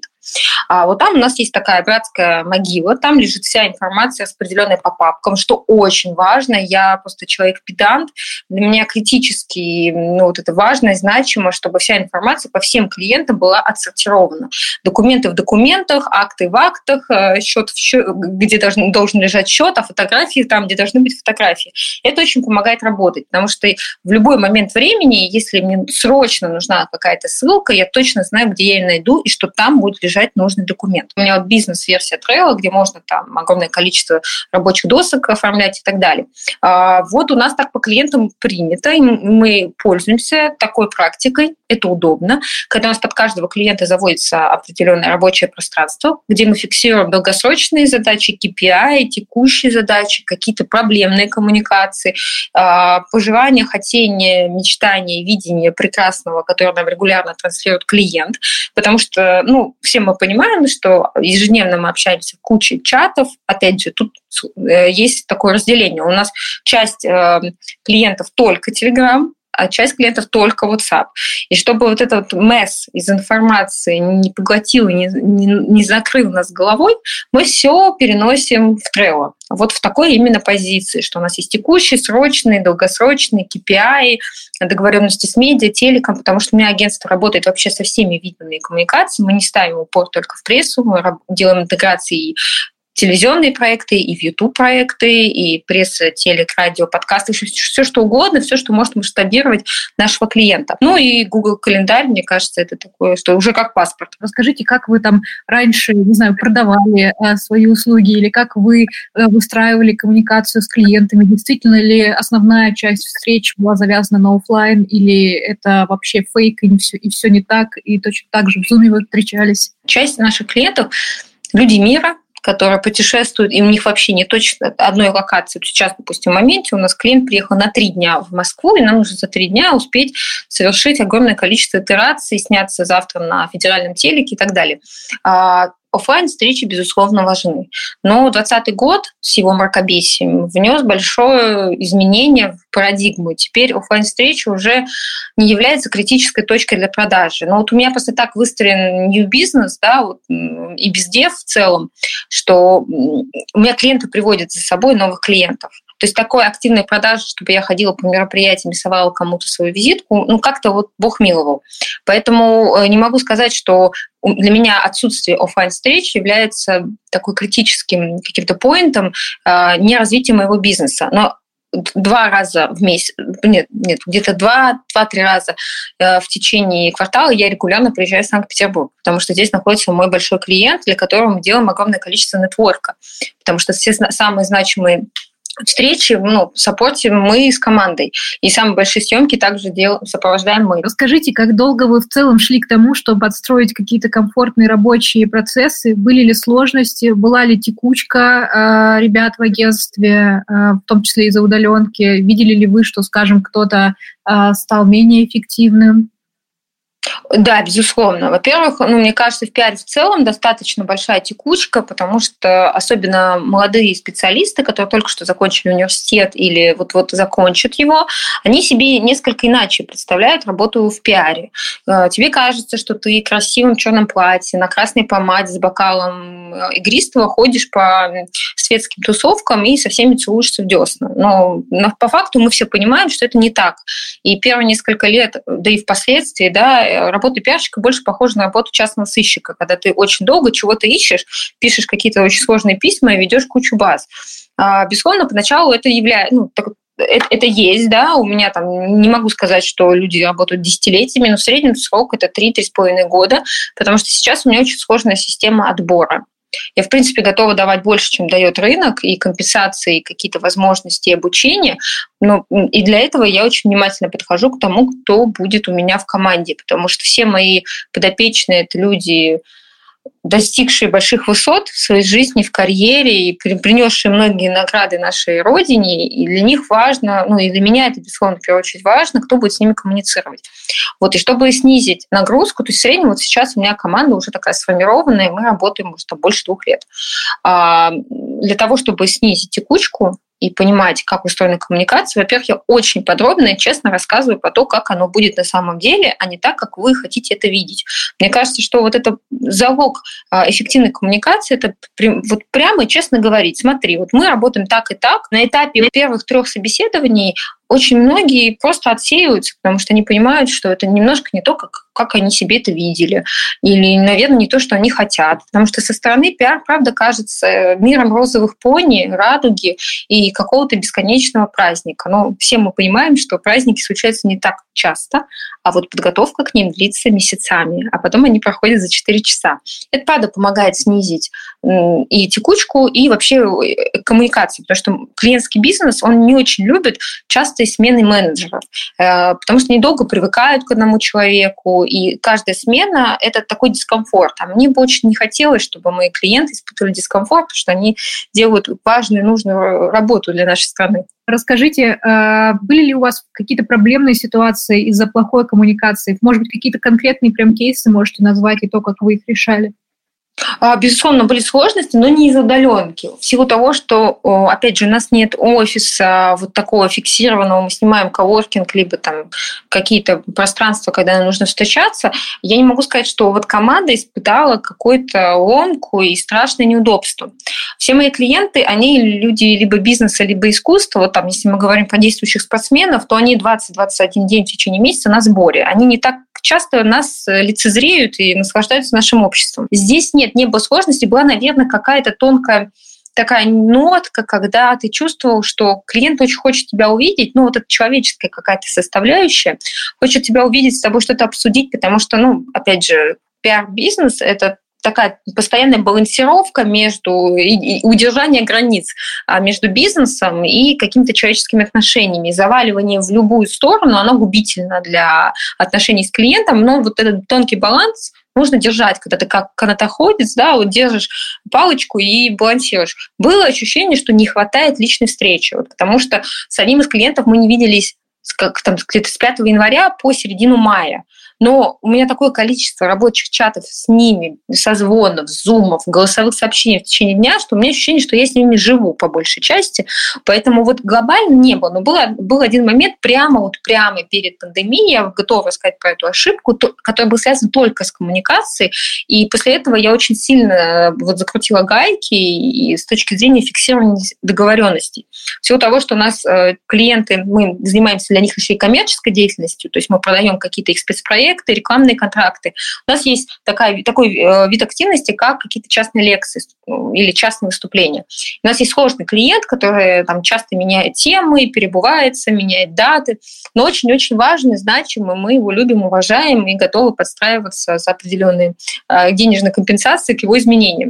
А вот там у нас есть такая братская могила, там лежит вся информация, распределенная по папкам, что очень важно. Я просто человек-педант, для меня критически вот это важно и значимо, чтобы вся информация по всем клиентам была отсортирована. Документы в документах, акты в актах, счет в счет, где должен лежать счет, а фотографии там, где должны быть фотографии. Это очень помогает работать, потому что в любой момент времени, если мне срочно нужна какая-то ссылка, я точно знаю, где я ее найду и что там будет лежать нужный документ. У меня вот бизнес-версия Trello, где можно там огромное количество рабочих досок оформлять и так далее. Вот у нас так по клиентам принято, и мы пользуемся такой практикой. Это удобно. Когда у нас под каждого клиента заводится определенное рабочее пространство, где мы фиксируем долгосрочные задачи, KPI, текущие задачи, какие-то проблемные коммуникации, пожелания, хотения, мечтания, видения прекрасного, которое нам регулярно транслирует клиент. Потому что, все мы понимаем, что ежедневно мы общаемся в куче чатов. Опять же, тут есть такое разделение. У нас часть клиентов только Telegram, а часть клиентов только WhatsApp. И чтобы вот этот месс из информации не поглотил, не закрыл нас головой, мы все переносим в Trello. Вот в такой именно позиции, что у нас есть текущие, срочные, долгосрочные, KPI, договоренности с медиа, телеком, потому что у меня агентство работает вообще со всеми видами коммуникаций. Мы не ставим упор только в прессу, мы делаем интеграции и телевизионные проекты, и в YouTube-проекты, и пресса, телек, радио, подкасты, все что угодно, все, что может масштабировать нашего клиента. И Google календарь, мне кажется, это такое, что уже как паспорт. Расскажите, как вы там раньше, не знаю, продавали свои услуги, или как вы выстраивали коммуникацию с клиентами? Действительно ли основная часть встреч была завязана на офлайн, или это вообще фейк, и все не так, и точно так же в Zoom вы встречались? Часть наших клиентов – люди мира, которые путешествуют, и у них вообще не точно одной локации. Сейчас, допустим, в моменте у нас клиент приехал на 3 дня в Москву, и нам нужно за 3 дня успеть совершить огромное количество итераций, сняться завтра на федеральном телеке и так далее. Оффлайн-встречи, безусловно, важны. Но 2020 год с его мракобесием внес большое изменение в парадигму. Теперь оффлайн-встреча уже не является критической точкой для продажи. Но вот у меня просто так выстроен new business, и бездев в целом, что у меня клиенты приводят за собой новых клиентов. То есть такой активной продажи, чтобы я ходила по мероприятиям и совала кому-то свою визитку, как-то вот Бог миловал. Поэтому не могу сказать, что для меня отсутствие офлайн-встреч является такой критическим каким-то поинтом не развития моего бизнеса. Но 2 раза в месяц, где-то 2-3 раза в течение квартала я регулярно приезжаю в Санкт-Петербург, потому что здесь находится мой большой клиент, для которого мы делаем огромное количество нетворка, потому что все самые значимые встречи, саппортим мы с командой. И самые большие съемки также сопровождаем мы. Расскажите, как долго вы в целом шли к тому, чтобы отстроить какие-то комфортные рабочие процессы? Были ли сложности? Была ли текучка ребят в агентстве, в том числе из-за удаленки? Видели ли вы, что, скажем, кто-то стал менее эффективным? Да, безусловно. Во-первых, мне кажется, в пиаре в целом достаточно большая текучка, потому что особенно молодые специалисты, которые только что закончили университет или вот-вот закончат его, они себе несколько иначе представляют работу в пиаре. Тебе кажется, что ты в красивом черном платье, на красной помаде с бокалом игристого ходишь по светским тусовкам и со всеми целуешься в десна. Но по факту мы все понимаем, что это не так. И первые несколько лет, да и впоследствии, да, работа пиарщика больше похожа на работу частного сыщика, когда ты очень долго чего-то ищешь, пишешь какие-то очень сложные письма и ведешь кучу баз. Безусловно, поначалу это является... Это есть, да, у меня там, не могу сказать, что люди работают десятилетиями, но в среднем срок это 3-3,5 года, потому что сейчас у меня очень сложная система отбора. Я, в принципе, готова давать больше, чем дает рынок, и компенсации, и какие-то возможности обучения. Но и для этого я очень внимательно подхожу к тому, кто будет у меня в команде, потому что все мои подопечные – это люди, достигшие больших высот в своей жизни, в карьере и принесшие многие награды нашей родине, и для них важно, и для меня это, безусловно, в первую очередь важно, кто будет с ними коммуницировать. И чтобы снизить нагрузку, то есть в среднем сейчас у меня команда уже такая сформированная, мы работаем уже больше 2 лет. Для того, чтобы снизить текучку и понимать, как устроена коммуникация, во-первых, я очень подробно и честно рассказываю про то, как оно будет на самом деле, а не так, как вы хотите это видеть. Мне кажется, что это залог эффективной коммуникации, это прямо и честно говорить. Смотри, мы работаем так и так. На этапе первых 3 собеседований очень многие просто отсеиваются, потому что они понимают, что это немножко не то, как они себе это видели, или, наверное, не то, что они хотят. Потому что со стороны пиар, правда, кажется миром розовых пони, радуги и какого-то бесконечного праздника. Но все мы понимаем, что праздники случаются не так часто, а подготовка к ним длится месяцами, а потом они проходят за 4 часа. Это, правда, помогает снизить и текучку, и вообще коммуникацию, потому что клиентский бизнес, он не очень любит частые смены менеджеров, потому что они долго привыкают к одному человеку, и каждая смена – это такой дискомфорт. А мне бы очень не хотелось, чтобы мои клиенты испытывали дискомфорт, потому что они делают важную и нужную работу для нашей страны. Расскажите, были ли у вас какие-то проблемные ситуации из-за плохой коммуникации? Может быть, какие-то конкретные прям кейсы можете назвать и то, как вы их решали? Безусловно, были сложности, но не из удаленки. В силу того, что, опять же, у нас нет офиса такого фиксированного, мы снимаем коворкинг, либо там какие-то пространства, когда нужно встречаться, я не могу сказать, что команда испытала какую-то ломку и страшное неудобство. Все мои клиенты, они люди либо бизнеса, либо искусства. Если мы говорим про действующих спортсменов, то они 20-21 день в течение месяца на сборе. Они не так часто нас лицезреют и наслаждаются нашим обществом. Здесь не было сложности, была, наверное, какая-то тонкая такая нотка, когда ты чувствовал, что клиент очень хочет тебя увидеть, это человеческая какая-то составляющая, хочет тебя увидеть, с тобой что-то обсудить, потому что, опять же, пиар-бизнес – это такая постоянная балансировка между и удержание границ между бизнесом и какими-то человеческими отношениями. Заваливание в любую сторону, оно губительно для отношений с клиентом, но этот тонкий баланс нужно держать, когда ты как канатоходец, держишь палочку и балансируешь. Было ощущение, что не хватает личной встречи, потому что с одним из клиентов мы не виделись где-то с 5 января по середину мая. Но у меня такое количество рабочих чатов с ними, созвонов, зумов, голосовых сообщений в течение дня, что у меня ощущение, что я с ними живу по большей части. Поэтому глобально не было. Но был один момент прямо перед пандемией, я готова рассказать про эту ошибку, которая была связана только с коммуникацией. И после этого я очень сильно закрутила гайки и с точки зрения фиксирования договоренностей. В силу того, что у нас клиенты, мы занимаемся для них еще и коммерческой деятельностью, то есть мы продаем какие-то их спецпроекты, рекламные контракты. У нас есть такой вид активности, как какие-то частные лекции или частные выступления. У нас есть сложный клиент, который часто меняет темы, перебывается, меняет даты, но очень-очень важный, значимый, мы его любим, уважаем и готовы подстраиваться за определенные денежные компенсации к его изменениям.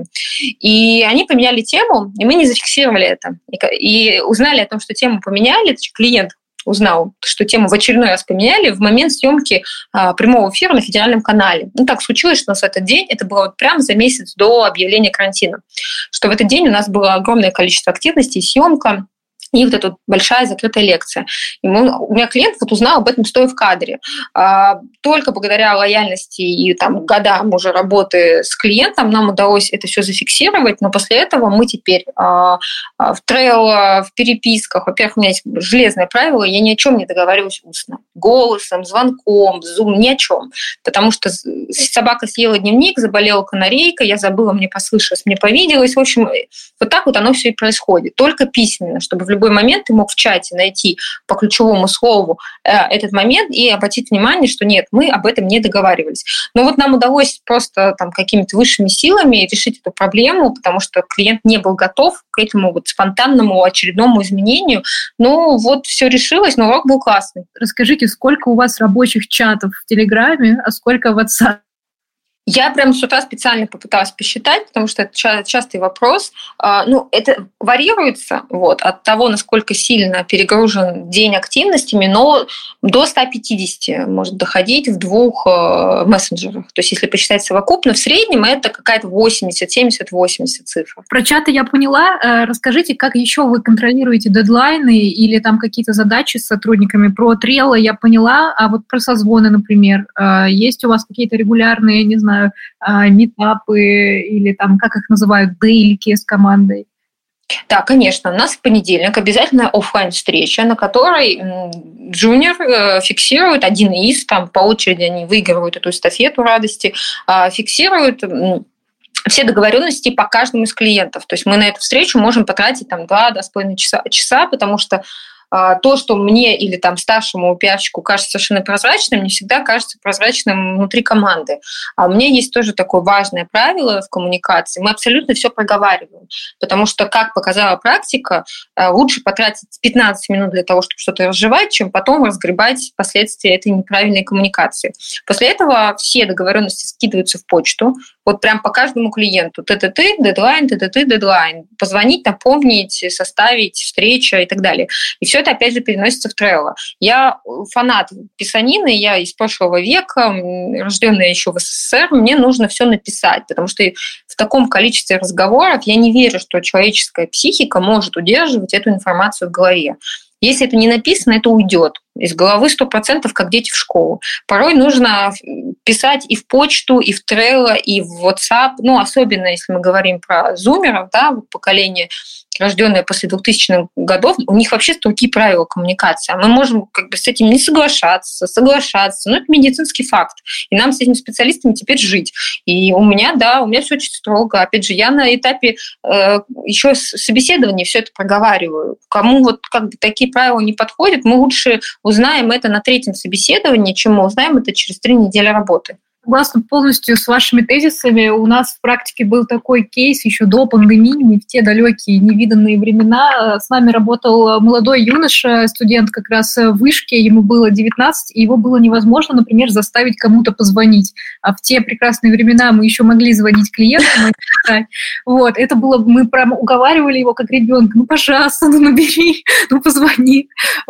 И они поменяли тему, и мы не зафиксировали это. И узнали о том, что тему поменяли, это клиент узнал, что тему в очередной раз поменяли в момент съемки прямого эфира на федеральном канале. Так случилось, что у нас в этот день, это было прямо за месяц до объявления карантина, что в этот день у нас было огромное количество активности, съемка, и вот эта вот большая закрытая лекция. У меня клиент вот узнал об этом, стоя в кадре. Только благодаря лояльности и там, годам уже работы с клиентом нам удалось это все зафиксировать, но после этого мы теперь в Trello, в переписках, во-первых, у меня есть железное правило, я ни о чем не договариваюсь устно. Голосом, звонком, Zoom, ни о чем. Потому что собака съела дневник, заболела канарейка, я забыла, мне послышалось, мне повиделось. В общем, вот так вот оно все и происходит. Только письменно, чтобы в любой момент ты мог в чате найти по ключевому слову этот момент и обратить внимание, что нет, мы об этом не договаривались. Но вот нам удалось просто там какими-то высшими силами решить эту проблему, потому что клиент не был готов к этому вот спонтанному очередному изменению. Ну вот все решилось, но урок был классный. Расскажите, сколько у вас рабочих чатов в Телеграме, а сколько в WhatsApp? Я прям с утра специально попыталась посчитать, потому что это частый вопрос. Ну, это варьируется от того, насколько сильно перегружен день активностями, но до 150 может доходить в 2 мессенджерах. То есть, если посчитать совокупно, в среднем это какая-то 80, 70, 80 цифр. Про чаты я поняла. Расскажите, как еще вы контролируете дедлайны или там какие-то задачи с сотрудниками? Про Trello я поняла, а вот про созвоны, например, есть у вас какие-то регулярные, не знаю, митапы или там, как их называют, дейлики с командой? Да, конечно. У нас в понедельник обязательно офлайн встреча, на которой джуниор фиксирует один из, там по очереди они выигрывают эту эстафету радости, фиксируют все договоренности по каждому из клиентов. То есть мы на эту встречу можем потратить там 2-2,5 часа, потому что то, что мне или там старшему пиарщику кажется совершенно прозрачным, не всегда кажется прозрачным внутри команды. А у меня есть тоже такое важное правило в коммуникации. Мы абсолютно все проговариваем, потому что, как показала практика, лучше потратить 15 минут для того, чтобы что-то разжевать, чем потом разгребать последствия этой неправильной коммуникации. После этого все договоренности скидываются в почту, вот прям по каждому клиенту. ТТТ, дедлайн, ТТТ, дедлайн. Позвонить, напомнить, составить, встреча и так далее. И все это, опять же, переносится в Trello. Я фанат писанины, я из прошлого века, рожденная еще в СССР, мне нужно все написать, потому что в таком количестве разговоров я не верю, что человеческая психика может удерживать эту информацию в голове. Если это не написано, это уйдет из головы 100%, как дети в школу. Порой нужно писать и в почту, и в Trello, и в WhatsApp. Ну, особенно если мы говорим про зумеров, да, поколение, рожденное после 2000-х годов, у них вообще другие правила коммуникации. А мы можем как бы с этим не соглашаться, но это медицинский факт. И нам с этими специалистами теперь жить. И у меня все очень строго. Опять же, я на этапе еще собеседования все это проговариваю. Кому вот как бы такие правила не подходят, мы лучше узнаем это на 3-м собеседовании, чем мы узнаем это через 3 недели работы. Согласна полностью с вашими тезисами. У нас в практике был такой кейс еще до пандемии, в те далекие невиданные времена. С нами работал молодой юноша, студент как раз в вышке, ему было 19, и его было невозможно, например, заставить кому-то позвонить. А в те прекрасные времена мы еще могли звонить клиентам. Это было, мы прям уговаривали его как ребенка, ну, пожалуйста, ну, набери, ну, позвони.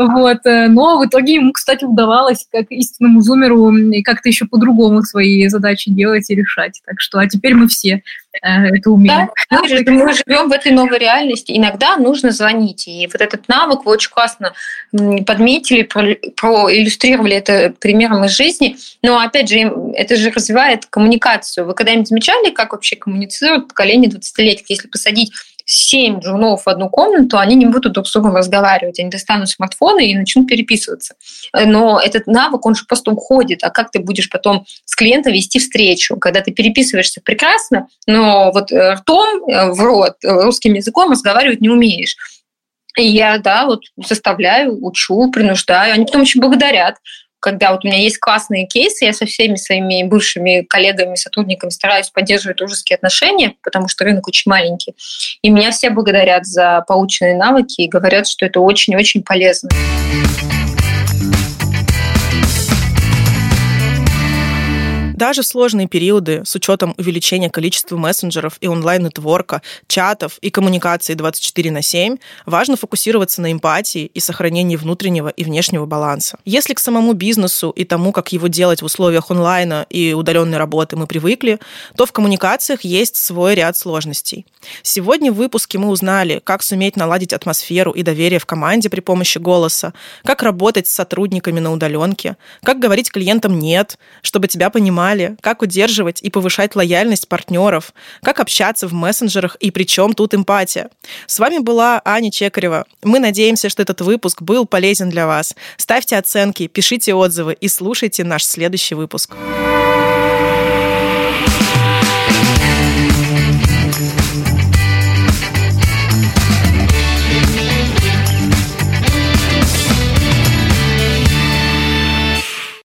Но в итоге ему, кстати, удавалось, как истинному зумеру, как-то еще по-другому свои задачи делать и решать. Так что, а теперь мы все это умеем. Да, мы живем в этой новой реальности. Иногда нужно звонить. И вот этот навык вы очень классно подметили, проиллюстрировали это примером из жизни. Но, опять же, это же развивает коммуникацию. Вы когда-нибудь замечали, как вообще коммуницирует поколение 20-летних? Если посадить 7 джунов в одну комнату, они не будут друг с другом разговаривать. Они достанут смартфоны и начнут переписываться. Но этот навык, он же просто уходит. А как ты будешь потом с клиентом вести встречу? Когда ты переписываешься прекрасно, но вот ртом в рот, русским языком разговаривать не умеешь. И я, заставляю, учу, принуждаю. Они потом очень благодарят. Когда вот у меня есть классные кейсы, я со всеми своими бывшими коллегами, сотрудниками стараюсь поддерживать дружеские отношения, потому что рынок очень маленький. И меня все благодарят за полученные навыки и говорят, что это очень-очень полезно. Даже в сложные периоды, с учетом увеличения количества мессенджеров и онлайн-нетворка, чатов и коммуникации 24/7, важно фокусироваться на эмпатии и сохранении внутреннего и внешнего баланса. Если к самому бизнесу и тому, как его делать в условиях онлайна и удаленной работы мы привыкли, то в коммуникациях есть свой ряд сложностей. Сегодня в выпуске мы узнали, как суметь наладить атмосферу и доверие в команде при помощи голоса, как работать с сотрудниками на удаленке, как говорить клиентам «нет», чтобы тебя понимали, как удерживать и повышать лояльность партнеров, как общаться в мессенджерах и при чем тут эмпатия. С вами была Аня Чекарева. Мы надеемся, что этот выпуск был полезен для вас. Ставьте оценки, пишите отзывы и слушайте наш следующий выпуск.